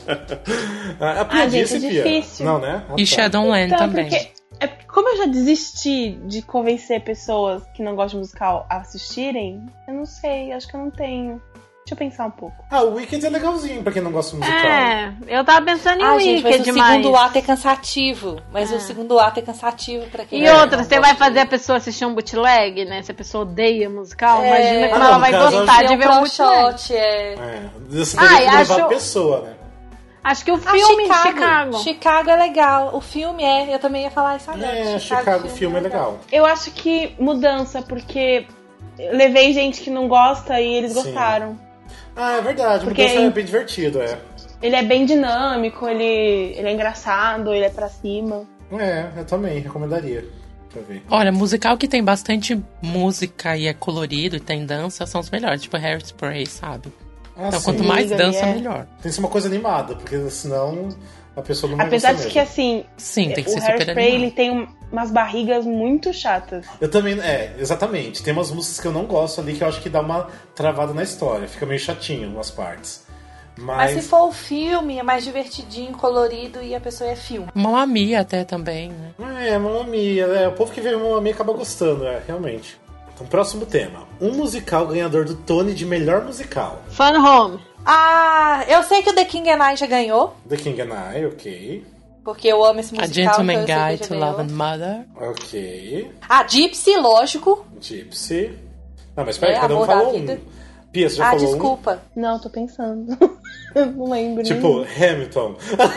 A Pia Ah, gente, disse, é Pia. difícil. Não, né? Ah, E tá. Shadowland Então, também. porque é, como eu já desisti de convencer pessoas que não gostam de musical a assistirem, eu não sei, acho que eu não tenho. Deixa eu pensar um pouco. Ah, o Wicked é legalzinho pra quem não gosta de musical. É, eu tava pensando em Ah, gente, mas Wicked o demais. segundo ato é cansativo. Mas o segundo ato é cansativo pra quem E não outra, você gosta vai de- fazer a pessoa assistir um bootleg, né? Se a pessoa odeia musical, É. imagina como Ah, ela não, vai no caso, gostar Tem de um ver um bootleg. pro-shot, é... É. Você teria Ai, que levar acho- a pessoa, né? Acho que o Ah, filme Chicago. Chicago. Chicago é legal. O filme é. Eu também ia falar isso agora. É, Chicago, o filme é legal. Eu acho que mudança, porque eu levei gente que não gosta e eles Sim. gostaram. Ah, é verdade. Porque Mudança em- é bem divertido, é. Ele é bem dinâmico, ele, ele é engraçado, ele é pra cima. É, eu também recomendaria pra ver. Olha, musical que tem bastante música e é colorido e tem dança são os melhores, tipo Hairspray, sabe? Ah, Então sim. quanto mais Sim, dança, é. melhor. Tem que ser uma coisa animada, porque senão a pessoa não vai Apesar gostar de que, mesmo. assim, Sim, tem que o ser super Hairspray, animado. ele tem um- umas barrigas muito chatas. Eu também, é, exatamente. Tem umas músicas que eu não gosto ali que eu acho que dá uma travada na história. Fica meio chatinho umas partes. Mas, Mas se for o filme, é mais divertidinho, colorido e a pessoa é filme. Mamma Mia até também, né? É, Mamma Mia, é, o povo que vê Mamma Mia acaba gostando, é, realmente. Então, próximo tema. Um musical ganhador do Tony de melhor musical. Fun Home. Ah, eu sei que o The King and I já ganhou, The King and I, ok. porque eu amo esse A musical. Gentleman então eu sei Guide que to já Love ganhou. and Mother. Ok. Ah, Gypsy, lógico. Gypsy. Não, mas peraí, É, cada um Amor da falou Vida. um. Pia, você já Ah, falou desculpa. Não, tô pensando. Não lembro. um? Tipo, nem. Hamilton.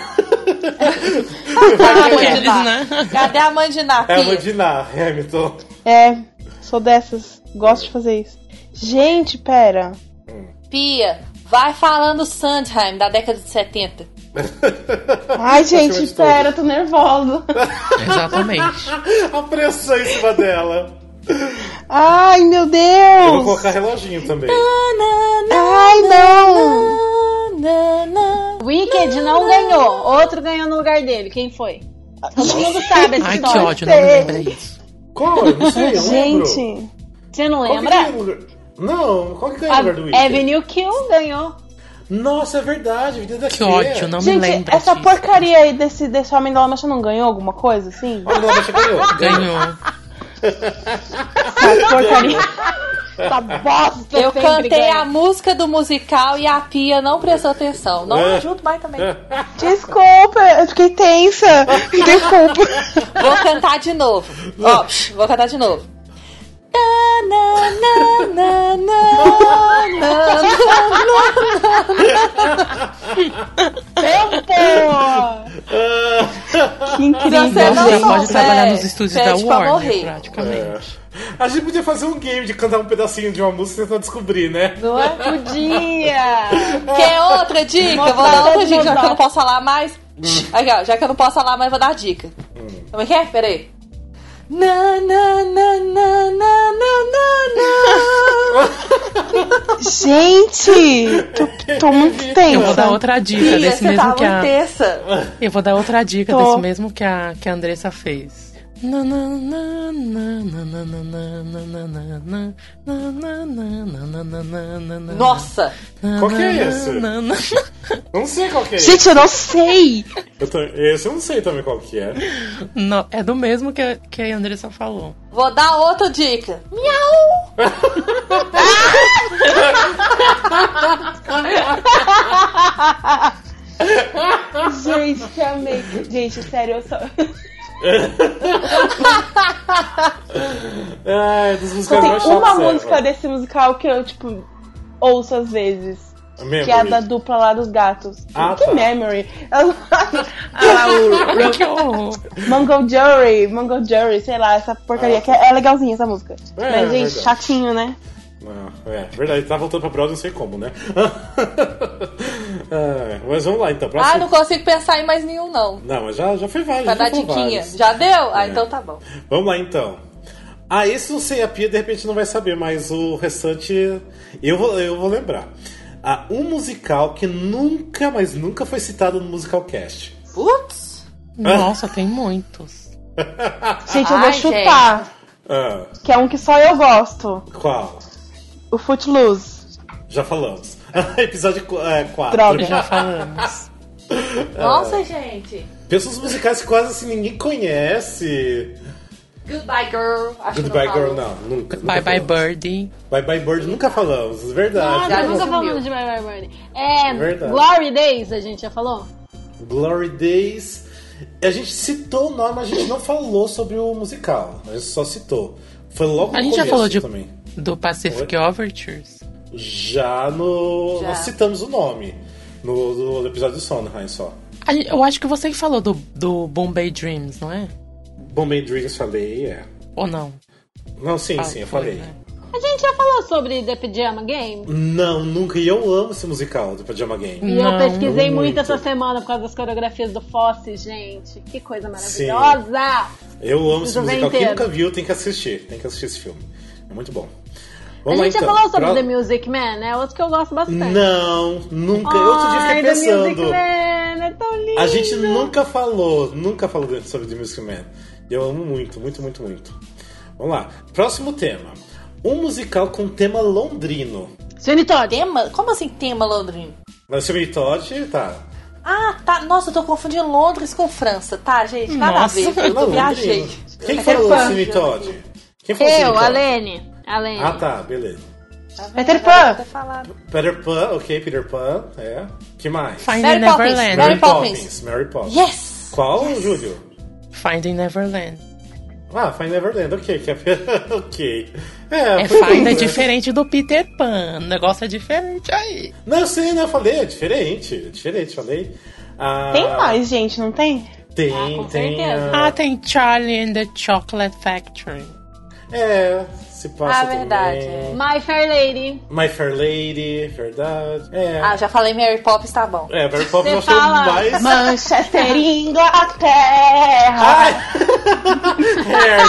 Aqueles, né? Cadê a mãe de É a Napi? Mandiná, Hamilton. É, sou dessas. Gosto de fazer isso. Gente, pera. Pia, vai falando Sondheim, da década de setenta. Ai, Acima gente, de pera, tô nervosa. Exatamente. A pressão em cima dela. Ai, meu Eu vou Deus. colocar reloginho também. Ai, não. Wicked não ganhou. Outro ganhou no lugar dele. Quem foi? Todo mundo sabe essa Ai, que história. ódio, não me lembra isso. Qual? Eu não sei, eu lembro. Gente, Você não Qual que lembra? ganhou no lugar- Não, qual que ganhou A no lugar do Wicked? Avenue Q ganhou. Nossa, é verdade. Vida da Que ódio, não me gente, lembra essa disso. porcaria aí desse, desse Homem da Lamancha não ganhou alguma coisa, assim? Olha, não, deixa ganhou. Ganhou. Essa porcaria. Essa bosta Eu sempre cantei ganha. a música do musical e a Pia não prestou atenção. Não É. ajudo mais também. Desculpa, eu fiquei tensa. Desculpa. Vou cantar de novo. Ó, vou cantar de novo. Na, na, na, na, na, Que incrível, Você não Você gente. pode souber, trabalhar nos estúdios da pede pra Warner, morrer. praticamente. A gente podia fazer um game de cantar um pedacinho de uma música e tentar descobrir, né? Não é? Podia. Quer outra dica? Vou dar outra dica, já que eu não posso falar mais. Aqui, ó, já que eu não posso falar mais, vou dar dica. Como é que é? Pera aí. Na, na, na, na, na, na, na. Gente, tô, tô muito Eu vou dar tensa. outra dica Pia, desse você mesmo tá que muito a. tensa. Eu vou dar outra dica Tô. desse mesmo que a, que a Andressa fez. Nossa! Qual que é esse? Não sei qual que é Gente, esse. eu não sei! Eu tô, esse eu não sei também qual que é. Não, é do mesmo que a, que a Andressa falou. Vou dar outra dica. Miau! Gente, amei. Gente, sério, eu só. Ai, dos Só musicais tem mais chatos, uma sério. música desse musical que eu, tipo, ouço às vezes. Memory. Que é a da dupla lá dos gatos. Ah, que tá. Memory? ah, o Que horror. Mango Jury, Mango Jury, sei lá, essa porcaria. Ah, que é, é legalzinha essa música. É, Mas, gente, verdade. chatinho, né? Ah, é, verdade, tá voltando pra Broadway, não sei como, né? Ah, mas vamos lá, então. Ah, Próximo... não consigo pensar em mais nenhum, não. Não, mas já, já foi vários. Pra já dar foram diquinha. vários. Já deu? Ah, É. então tá bom. Vamos lá, então. Ah, esse não sei a Pia, de repente não vai saber, mas o restante eu vou, eu vou lembrar. Ah, um musical que nunca, mas nunca foi citado no Musicalcast. Putz! Nossa, tem muitos. Gente, eu Ai, vou chutar. Ah, Que é um que só eu gosto. qual? O Footloose. Já falamos. Episódio quatro. Droga. Já falamos. Nossa, gente. Pensa nos musicais que quase assim ninguém conhece. Goodbye, girl. Acho Goodbye que não Girl, falo. não. Nunca, Bye nunca Bye falamos. Birdie. Bye Bye Bird nunca falamos, verdade. Nossa, Já nunca sumiu. falamos de Bye Bye Birdie. É, Verdade. Glory Days, a gente já falou? Glory Days. A gente citou o nome, mas a gente não falou sobre o musical. A gente só citou. Foi logo no A gente já começo falou de, também. do Pacific Overtures. Já no. Já. Nós citamos o nome. No, no episódio do Sondheim só. A gente- Eu acho que você que falou do, do Bombay Dreams, não é? Bombay Dreams falei, é. Ou não? Não, sim, Ah, sim, eu foi, falei. né? A gente já falou sobre The Pajama Game? Não, nunca. E eu amo esse musical do Pajama Game. E eu Não, pesquisei muito. muito. essa semana por causa das coreografias do Fosse, gente. Que coisa maravilhosa! Eu amo esse Preciso ver musical. Quem inteiro. nunca viu tem que assistir. Tem que assistir esse filme. É muito bom. A Vamos lá, gente então. já falou sobre Pro- The Music Man, é outro que eu gosto bastante. Não, nunca. Eu outro dia Ai, fiquei The Music pensando. Man, é tão lindo. A gente nunca falou, nunca falou sobre The Music Man. E eu amo muito, muito, muito, muito. Vamos lá. Próximo tema. Um musical com tema londrino. Sweeney Todd. Tema? Como assim tema, Londrino? Mas o Todd, tá. Ah, tá. Nossa, eu tô confundindo Londres com França. Tá, gente, nada Nossa. a ver. Eu Não, viajei. londrino. Quem Peter falou Pan. Sweeney Todd? Quem falou Eu, Sweeney a Todd? Lene. A Lene. Ah, tá, beleza. Tá vendo? Peter Agora Pan. eu tô falando. Peter Pan, ok, Peter Pan, é. Que mais? Finding Mary Poppins. Neverland. Mary Poppins. Mary Poppins. Yes! Qual, Júlio? Finding Neverland. Ah, Find Neverland, ok. que é- ok. É, É foi bom, Find é né? diferente do Peter Pan. O negócio é diferente aí. Não, eu sei, né? Eu falei, é diferente. É diferente, falei. Ah, Tem mais, gente, não tem? Tem, Ah, com tem. certeza. Ah, tem Charlie and the Chocolate Factory. É, se passa Ah, verdade, também. My Fair Lady. My Fair Lady, verdade. É. Ah, já falei Mary Poppins, tá bom. É, Mary Poppins eu Você achei fala- mais. Manchester, Inglaterra. Ai! Hair,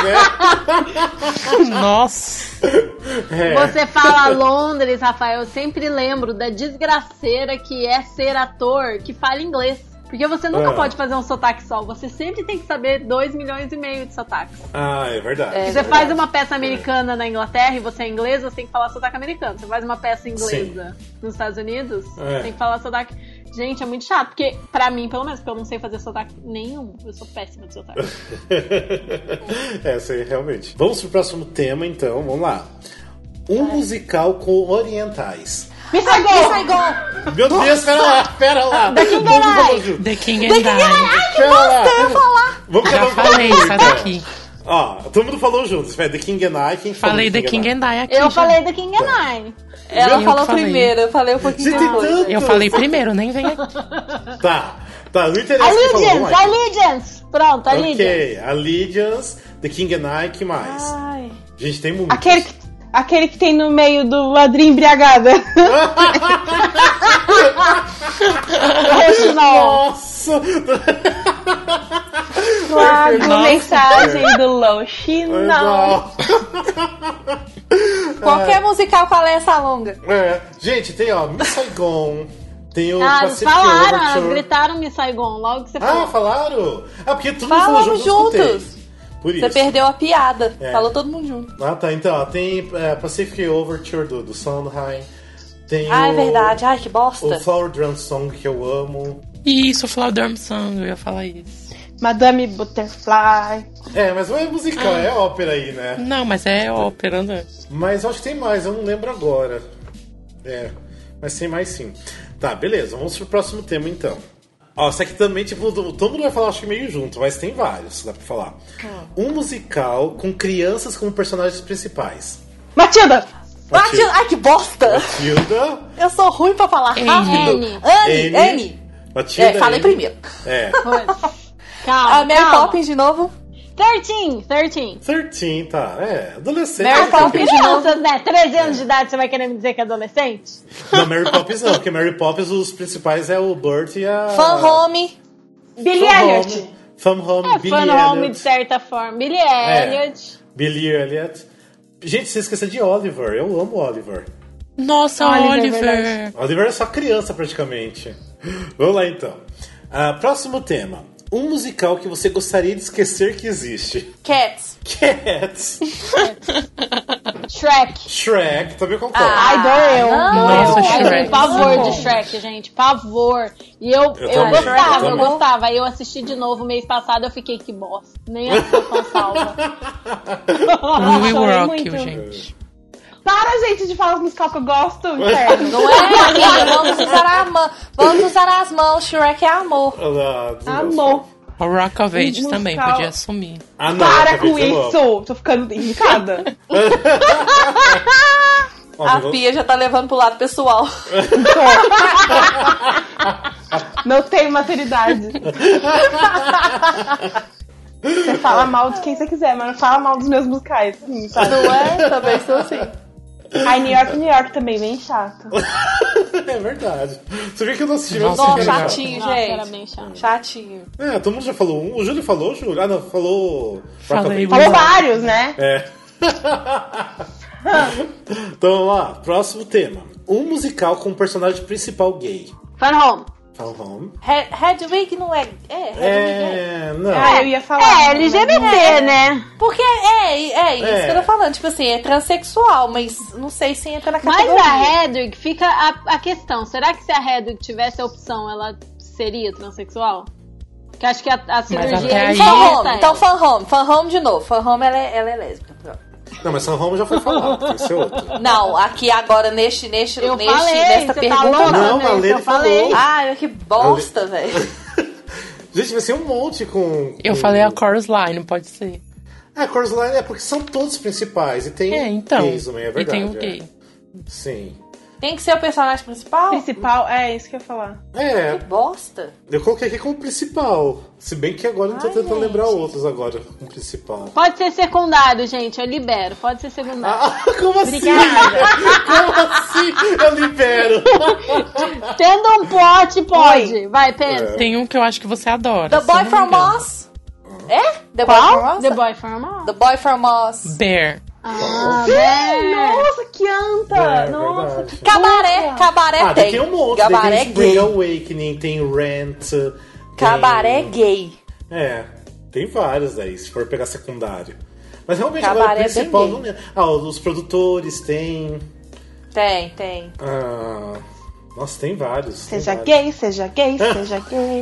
né? Nossa. Hair. Você fala Londres, Rafael, eu sempre lembro da desgraceira que é ser ator que fala inglês. Porque você nunca Ah. pode fazer um sotaque só, você sempre tem que saber dois milhões e meio de sotaques. Ah, é verdade. É. Se você faz uma peça americana na Inglaterra e você é inglês, você tem que falar sotaque americano. Você faz uma peça inglesa nos Estados Unidos, É. você tem que falar sotaque. Gente, é muito chato, porque pra mim, pelo menos, porque eu não sei fazer sotaque nenhum. Eu sou péssima de sotaque. É, sei, realmente. Vamos pro próximo tema, então. Vamos lá. Um musical com orientais. Me Ai, Saigon. que Saigon! Meu Deus, pera lá, pera lá. The King Vamos and falar I. junto. The King and I. Pera lá. Vamos Já cada um falar falei, junto, sai então. daqui. Ó, todo mundo falou junto. Vai, The King and I, quem falou Falei The King and I aqui. Eu já. falei The King and I. Ela Eu falou que falei. primeiro, eu falei um pouquinho Gente, depois. tanto- Eu falei primeiro, nem vem aqui. Tá, tá, não interessa quem falou. Allegiance, Vamos lá. Allegiance. Pronto, Allegiance. Ok, Allegiance, The King and I, que mais? Ai. Gente, tem muito. Aquele que, aquele que tem no meio do ladrinho embriagada. Roxinol. Nossa! Lago, Nossa. mensagem do Loxinol. Qualquer musical com a Alessa Longa. É, gente, tem ó, Miss Saigon, tem o Ah, eles Pacific falaram, elas Overture. gritaram Miss Saigon logo que você Ah, falou. falaram? Ah, porque tudo mundo falou Falamos junto, eu juntos. escutei. Por Você isso. perdeu a piada. É. Falou todo mundo junto. Ah, tá. Então, ó, tem é, Pacific Overture do, do Sondheim. Tem Ah, o, é verdade. Ai, que bosta. o Flower Drum Song, que eu amo. Isso, Flower Drum Song, eu ia falar isso. Madame Butterfly. É, mas não é musical, Ah. é ópera aí, né? Não, mas é ópera, né? Mas eu acho que tem mais, eu não lembro agora. É, mas tem mais sim. Tá, beleza, vamos pro próximo tema então. Ó, isso aqui também, tipo, todo mundo vai falar, acho que meio junto, mas tem vários, dá pra falar. Um musical com crianças como personagens principais. Matilda! Matilda. Ai, que bosta. Matilda. Eu sou ruim pra falar Annie. rápido. Annie. Annie. Annie. Annie. Matilda. É, falei Annie. primeiro. É. Calma, A Mary calma. Poppins de novo. treze, treze. treze, tá, é. Adolescente. Mary também. Poppins de novo. Crianças, né? treze anos de idade, você vai querer me dizer que é adolescente? Não, Mary Poppins não, porque Mary Poppins os principais é o Burt e a... Fan Home. Billie Fun Elliot. Home. Fun Home, É, Billy Fun Home, de Elliot. certa forma. Billie Elliot. Billy Elliot. Gente, você esqueceu de Oliver. Eu amo Oliver. Nossa, Oliver, Oliver. verdade. Oliver é só criança, praticamente. Vamos lá, então. Ah, próximo tema. Um musical que você gostaria de esquecer que existe. Cats. Cats. Shrek. Shrek, também concordo. Ai, dou eu. Nossa, Ai, Shrek. pavor de Shrek, gente. Pavor. E eu, eu, também, gostava, eu eu também. gostava. Aí eu assisti de novo mês passado, eu fiquei, que bosta. Nem a situação salva. We Will Chorei Rock muito. You, gente. Para, gente, de falar os musical que eu gosto, inferno. Não é, amiga? Vamos usar, a mão. Vamos usar as mãos. Shrek é amor. Ah, Deus. Amor. O Rock of Ages Musical. também podia assumir. Ah, não, Para eu acabei com de dizer isso. Tô ficando irritada. logo. A Ó, Pia já tá levando pro lado pessoal. Não tenho maturidade. Você fala mal de quem você quiser, mas não fala mal dos meus musicais. Sim, sabe? Não é? Também sou assim. Ai, New York, New York também, bem chato. É verdade. Você viu que eu não assisti Nossa, não Nossa, assisti, né? chatinho, Nossa, gente. era bem chato. Chatinho. É, todo mundo já falou um. O Júlio falou, Júlio? Ah, não, falou... Falei. Falou vários, né? É. Então vamos lá, próximo tema. Um musical com um personagem principal gay. Fun Home. Fun Home. Red- Hedwig não é. É, Hedwig é. É, não. Ah, eu ia falar. É, L G B T, né? Porque é, é isso É. que eu tô falando. Tipo assim, é transexual, mas não sei se entra na Mas categoria. a Hedwig, fica a, a questão. Será que se a Hedwig tivesse a opção, ela seria transexual? Porque acho que a, a cirurgia até é aí- Fan liberta Home, ela. então Fan Home. Fan Home de novo. Fan Home ela é, ela é lésbica. Pronto. Não, mas Fun Home já foi falado, tem que ser outro. Não, aqui agora, neste, neste, Eu neste falei, nesta você tá pergunta. louca, Não, né? a Lene Eu falei. falou. Ai, que bosta, velho. Gente, vai ser um monte com... Eu com... falei a Chorus Line, pode ser. É, Chorus Line é porque são todos principais. E tem É, então. gays também, é e verdade. tem o é. gay. Sim. Tem que ser o personagem principal? Principal, é isso que eu ia falar. É, Que bosta. eu coloquei aqui como principal. Se bem que agora eu não tô Ai, tentando gente. lembrar outros agora como principal. Pode ser secundário, gente. Eu libero. Pode ser secundário. Ah, como assim? Obrigada. Como assim? Eu libero. Tendo um plot, pode. Vai, pensa. É. Tem um que eu acho que você adora. The se eu Boy não me from engano. Oz? É? The Boy Qual? from Oz? The Boy from Oz. The Boy from Oz. Bear. Ah, né? Nossa, que anta! É, Nossa, verdade. Cabaré, cabaré Ah, tem. tem um monte. Cabaré tem Spring gay. Awakening, tem Rent. Tem... Cabaré gay. É, tem vários aí, se for pegar secundário. Mas realmente Cabaré agora o é principal bem não lembro. Ah, os produtores tem. Tem, tem. Ah, nossa, tem vários. tem Seja vários. gay, seja gay, seja gay.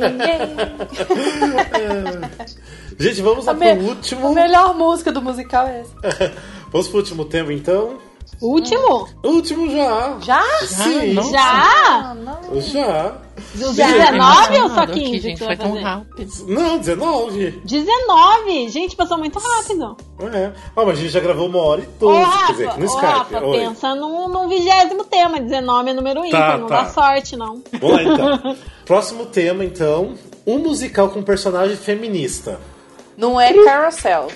Gente, vamos lá A, pro me- último. a melhor música do musical é essa. Vamos pro último tema então. Último? Último já. Já? Sim, não. Já? Ah, não. já. Dos Eu fiquei dezenove ou só emocionado quinze aqui, que gente, você foi vai tão fazer? rápido. Não, dezenove. dezenove! Gente, passou muito rápido. É. Ah, mas a gente já gravou uma hora e Ô, doze, Rafa, quer dizer, aqui no ô, Skype. Rafa, Oi. pensa num, num vigésimo tema. dezenove é número ímpar, não tá. dá sorte, não. Vamos lá então. Próximo tema então. Um musical com personagem feminista. Não é Carousel.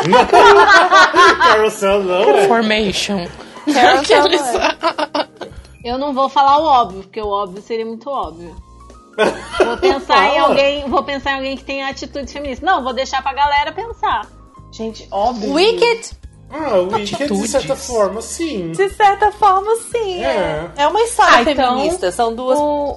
Carousel não é. Formation. Carousel não é. Eu não vou falar o óbvio, porque o óbvio seria muito óbvio. Vou pensar em Fala. alguém, vou pensar em alguém que tenha atitude feminista. Não, vou deixar pra galera pensar. Gente, óbvio. Wicked, Ah, o Wicked, de Atitudes. certa forma, sim. de certa forma, sim. É, É. é uma história Ah, então, feminista. São duas. O,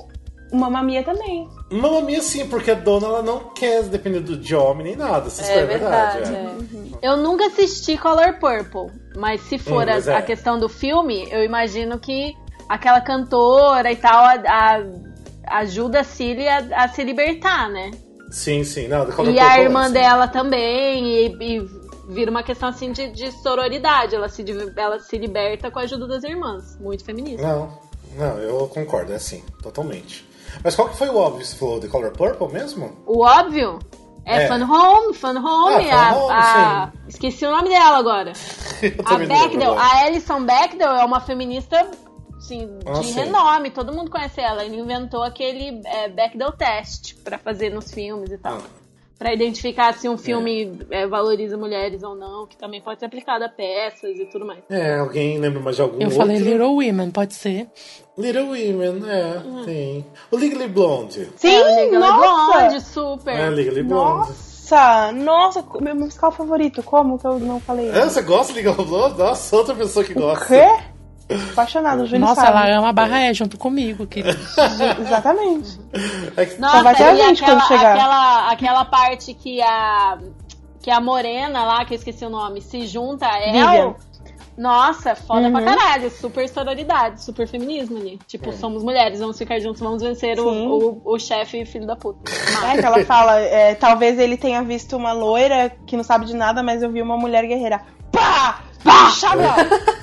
Mamma Mia também. Mamma Mia sim, porque a dona ela não quer depender do- de homem nem nada. Isso É é verdade. verdade, é. é. Eu nunca assisti Color Purple, mas se for Hum, mas a, é. a questão do filme, eu imagino que aquela cantora e tal a, a- ajuda a Cilly a, a se libertar, né? Sim, sim. Não, The Color E a Purple, irmã sim. dela também, e, e vira uma questão assim de, de sororidade. Ela se, div- ela se liberta com a ajuda das irmãs. Muito feminista. Não, não, eu concordo, é assim, totalmente. Mas qual que foi o óbvio? Você falou The Color Purple mesmo? O óbvio é, É. Fun Home, Fun Home. Ah, a, Fun Home, a- Esqueci o nome dela agora. Eu A também não lembro Bechdel, agora. a Alison Bechdel é uma feminista assim, Ah, de sim. renome, todo mundo conhece ela. Ele inventou aquele é, Bechdel Test pra fazer nos filmes e tal. Ah. Pra identificar se um filme é, valoriza mulheres ou não, que também pode ser aplicado a peças e tudo mais. É, alguém lembra mais de algum Eu outro? falei Little Women, pode ser. Little Women, é, tem. O Legally Blonde. Sim, é, o Legally nossa! Blonde, super. É, Legally Blonde. Nossa, nossa, meu musical favorito. Como que eu não falei? É, você gosta de Legally Blonde? Nossa, outra pessoa que O gosta. quê? Apaixonado, o Júlio Nossa, sabe. ela ama a barra é junto comigo, querido. Exatamente. É que- Nossa, vai ter a e gente aquela, quando chegar. Aquela, aquela parte que a que a morena lá, que eu esqueci o nome, se junta a ela. Vivian. Nossa, foda Uhum. pra caralho. Super sororidade, super feminismo ali. Tipo, somos mulheres, vamos ficar juntos, vamos vencer o, Sim. o, o chefe filho da puta. É que ela fala, é, talvez ele tenha visto uma loira que não sabe de nada, mas eu vi uma mulher guerreira. Pá! Pá! Chablau!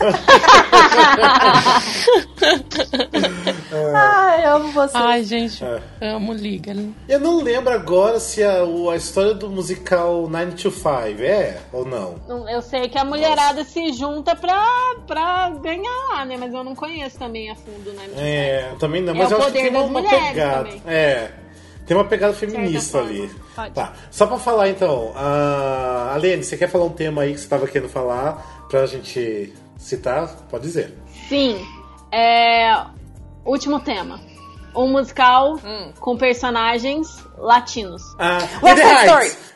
Ai, eu amo você. Ai, gente, É. amo Legally. Eu não lembro agora se a, o- a história do musical nine to five é ou não. Não, eu sei que a mulherada se junta pra, pra ganhar lá, né? Mas eu não conheço também a fundo, né? É, também não, É mas o eu acho que poder tem uma, das uma mulheres pegada. também. É. Tem uma pegada feminista forma. ali. Pode. Tá. Só pra falar então, a Alene, você quer falar um tema aí que você tava querendo falar pra gente citar? Pode dizer. Sim. É... Último tema. Um musical Hum. com personagens latinos. Ah, West In the Side Heights.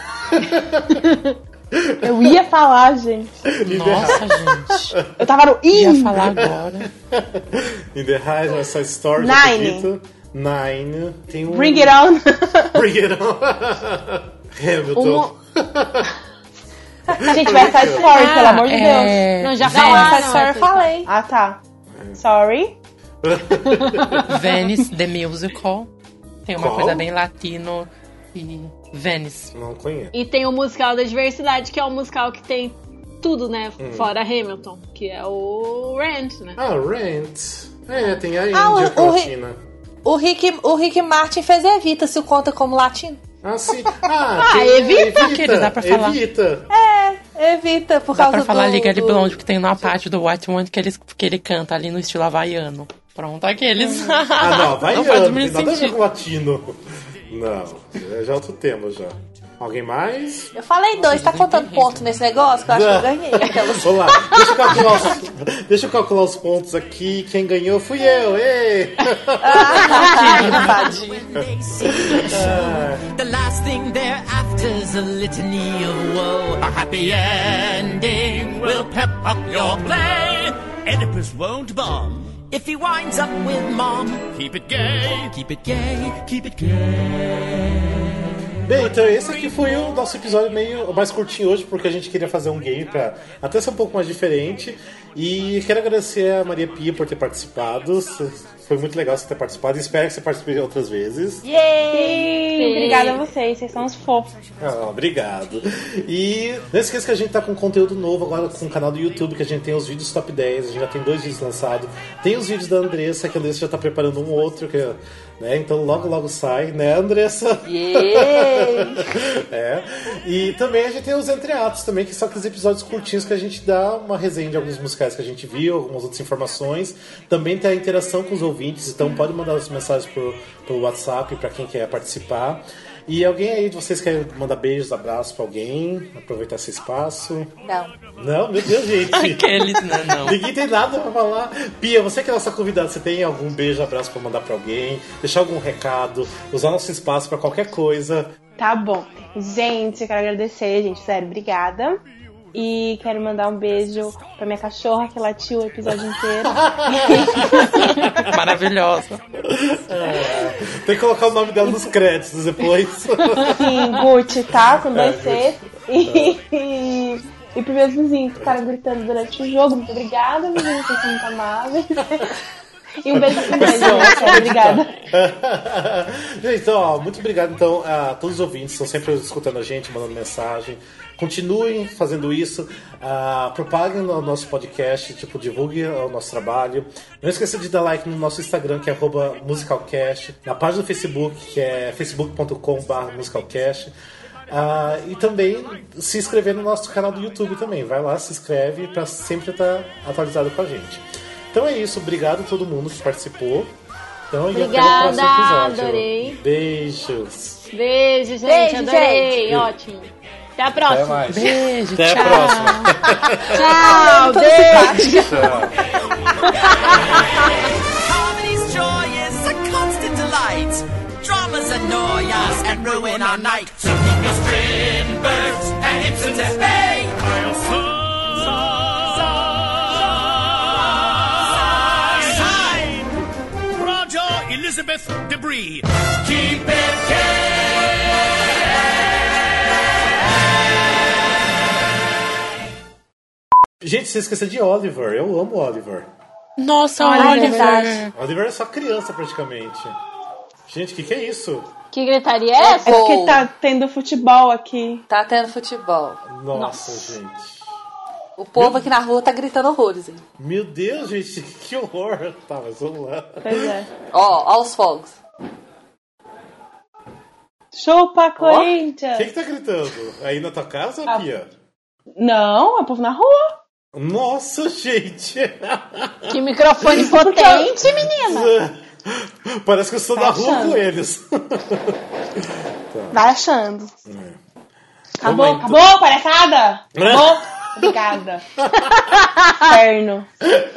Eu ia falar, gente. Nossa, gente. Eu tava no. Ia Ih! falar agora. In the Heights, essa story. Nine. já foi dito. Nine. Tem um... Bring it on. Bring it on. Hamilton. Gente, West Side Story, pelo amor de Deus. é... Não, já Não, falaram. essa história eu falei. Ah, tá. Sorry. Venice, The Musical. Tem uma Qual? coisa bem latino e Venice. Não conheço. E tem o musical da diversidade, que é o musical que tem tudo, né? Hum. Fora Hamilton, que é o Rent, né? Ah, Rent. É, tem a Índia Ah, o- que é o latina. O Rick, o Rick Martin fez Evita, se conta como latino. Ah, sim. Ah, Ah, tem Evita? Querido, dá pra falar. Evita. Evita, por Dá causa pra falar do... Legally do... Blonde, porque tem uma parte do White One que ele, que ele canta ali no estilo havaiano. Pronto, aqueles. Ah, não, vai Não faz não o tem mínimo nada a ver sentido. com latino. Não, é já outro tema já. Alguém mais? Eu falei dois, tá contando ponto nesse negócio? Que eu acho que eu ganhei. Aquelas... Vamos lá, deixa eu, calcular os, deixa eu calcular os pontos aqui. Quem ganhou fui eu, ei! They see the show. The last thing they're after's a litany of woe. A happy ending will pep up your play. Oedipus won't bomb if he winds up with mom. Keep it gay, keep it gay, keep it gay. Bem, então esse aqui foi o nosso episódio meio mais curtinho hoje, porque a gente queria fazer um game pra até ser um pouco mais diferente. E quero agradecer a Maria Pia por ter participado. Foi muito legal você ter participado. Espero que você participe outras vezes. Sim, obrigada a vocês, vocês são os fofos. Ah, obrigado. E não esqueça que a gente tá com conteúdo novo agora com o canal do YouTube, que a gente tem os vídeos top dez, a gente já tem dois vídeos lançados. Tem os vídeos da Andressa, que a Andressa já tá preparando um outro, que, né? Então logo logo sai, né, Andressa? Yay! É. E também a gente tem os entreatos também, que são aqueles episódios curtinhos que a gente dá uma resenha de alguns musicais que a gente viu, algumas outras informações. Também tem a interação com os ouvintes, então pode mandar as mensagens por, pelo WhatsApp para quem quer participar. E alguém aí de vocês quer mandar beijos, abraços pra alguém? Aproveitar esse espaço? Não. Não, meu Deus, gente. Aqueles, não, não. Ninguém tem nada pra falar. Pia, você que é nossa convidada, você tem algum beijo, abraço pra mandar pra alguém? Deixar algum recado? Usar nosso espaço pra qualquer coisa? Tá bom. Gente, eu quero agradecer, gente, sério, obrigada. E quero mandar um beijo pra minha cachorra que latiu o episódio inteiro. Maravilhosa. Tem que colocar o nome dela nos créditos depois. Sim, Gucci, tá? Com dois Cs. E, e, e pros meus vizinhos que ficaram gritando durante o jogo. Muito obrigada, vizinhos, vocês são muito amáveis. E um beijo pra vocês, gente. Obrigada. Gente, então, ó, muito obrigado então a todos os ouvintes que estão sempre escutando a gente, mandando mensagem. Continuem fazendo isso, uh, propaguem o nosso podcast, tipo, divulguem o nosso trabalho. Não esqueça de dar like no nosso Instagram, que é arroba musicalcast, na página do Facebook, que é facebook ponto com barra musicalcast. Uh, e também se inscrever no nosso canal do YouTube também. Vai lá, se inscreve para sempre estar atualizado com a gente. Então é isso, obrigado a todo mundo que participou. Então, Obrigada, e até o próximo episódio. Adorei. Beijos. Beijo, gente. Beijo, Adorei. gente. Ótimo. Até a próxima. Até mais. Beijo, Até tchau. a próxima. Tchau, beijo. Comedy's joy is a constant delight. Dramas annoy us and ruin our night. So keep your Strindbergs and Ibsens at bay. Sign Roger Elizabeth Debris. Keep it gay. Gente, você esqueceu de Oliver. Eu amo Oliver. Nossa, Olha, Oliver. é verdade. Oliver é só criança, praticamente. Gente, o que, que é isso? Que gritaria é essa? É porque tá tendo futebol aqui. Tá tendo futebol. Nossa, gente. O povo aqui na rua tá gritando horrores. Hein? Meu Deus, gente, que horror. Tá, mas vamos lá. Pois é. Ó, ó os fogos. Chupa, Quem Corinthians! que tá gritando? Aí na tua casa, Ah. Pia? Não, é o povo na rua. Nossa, gente. Que microfone potente, menina. Parece que eu estou Tá na rua achando. com eles. Vai achando. Acabou, Vamos lá, então. acabou, palhaçada? Acabou? Obrigada. Inferno.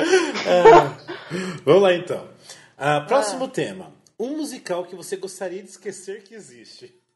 Vamos lá, então. Ah, próximo tema. Um musical que você gostaria de esquecer que existe.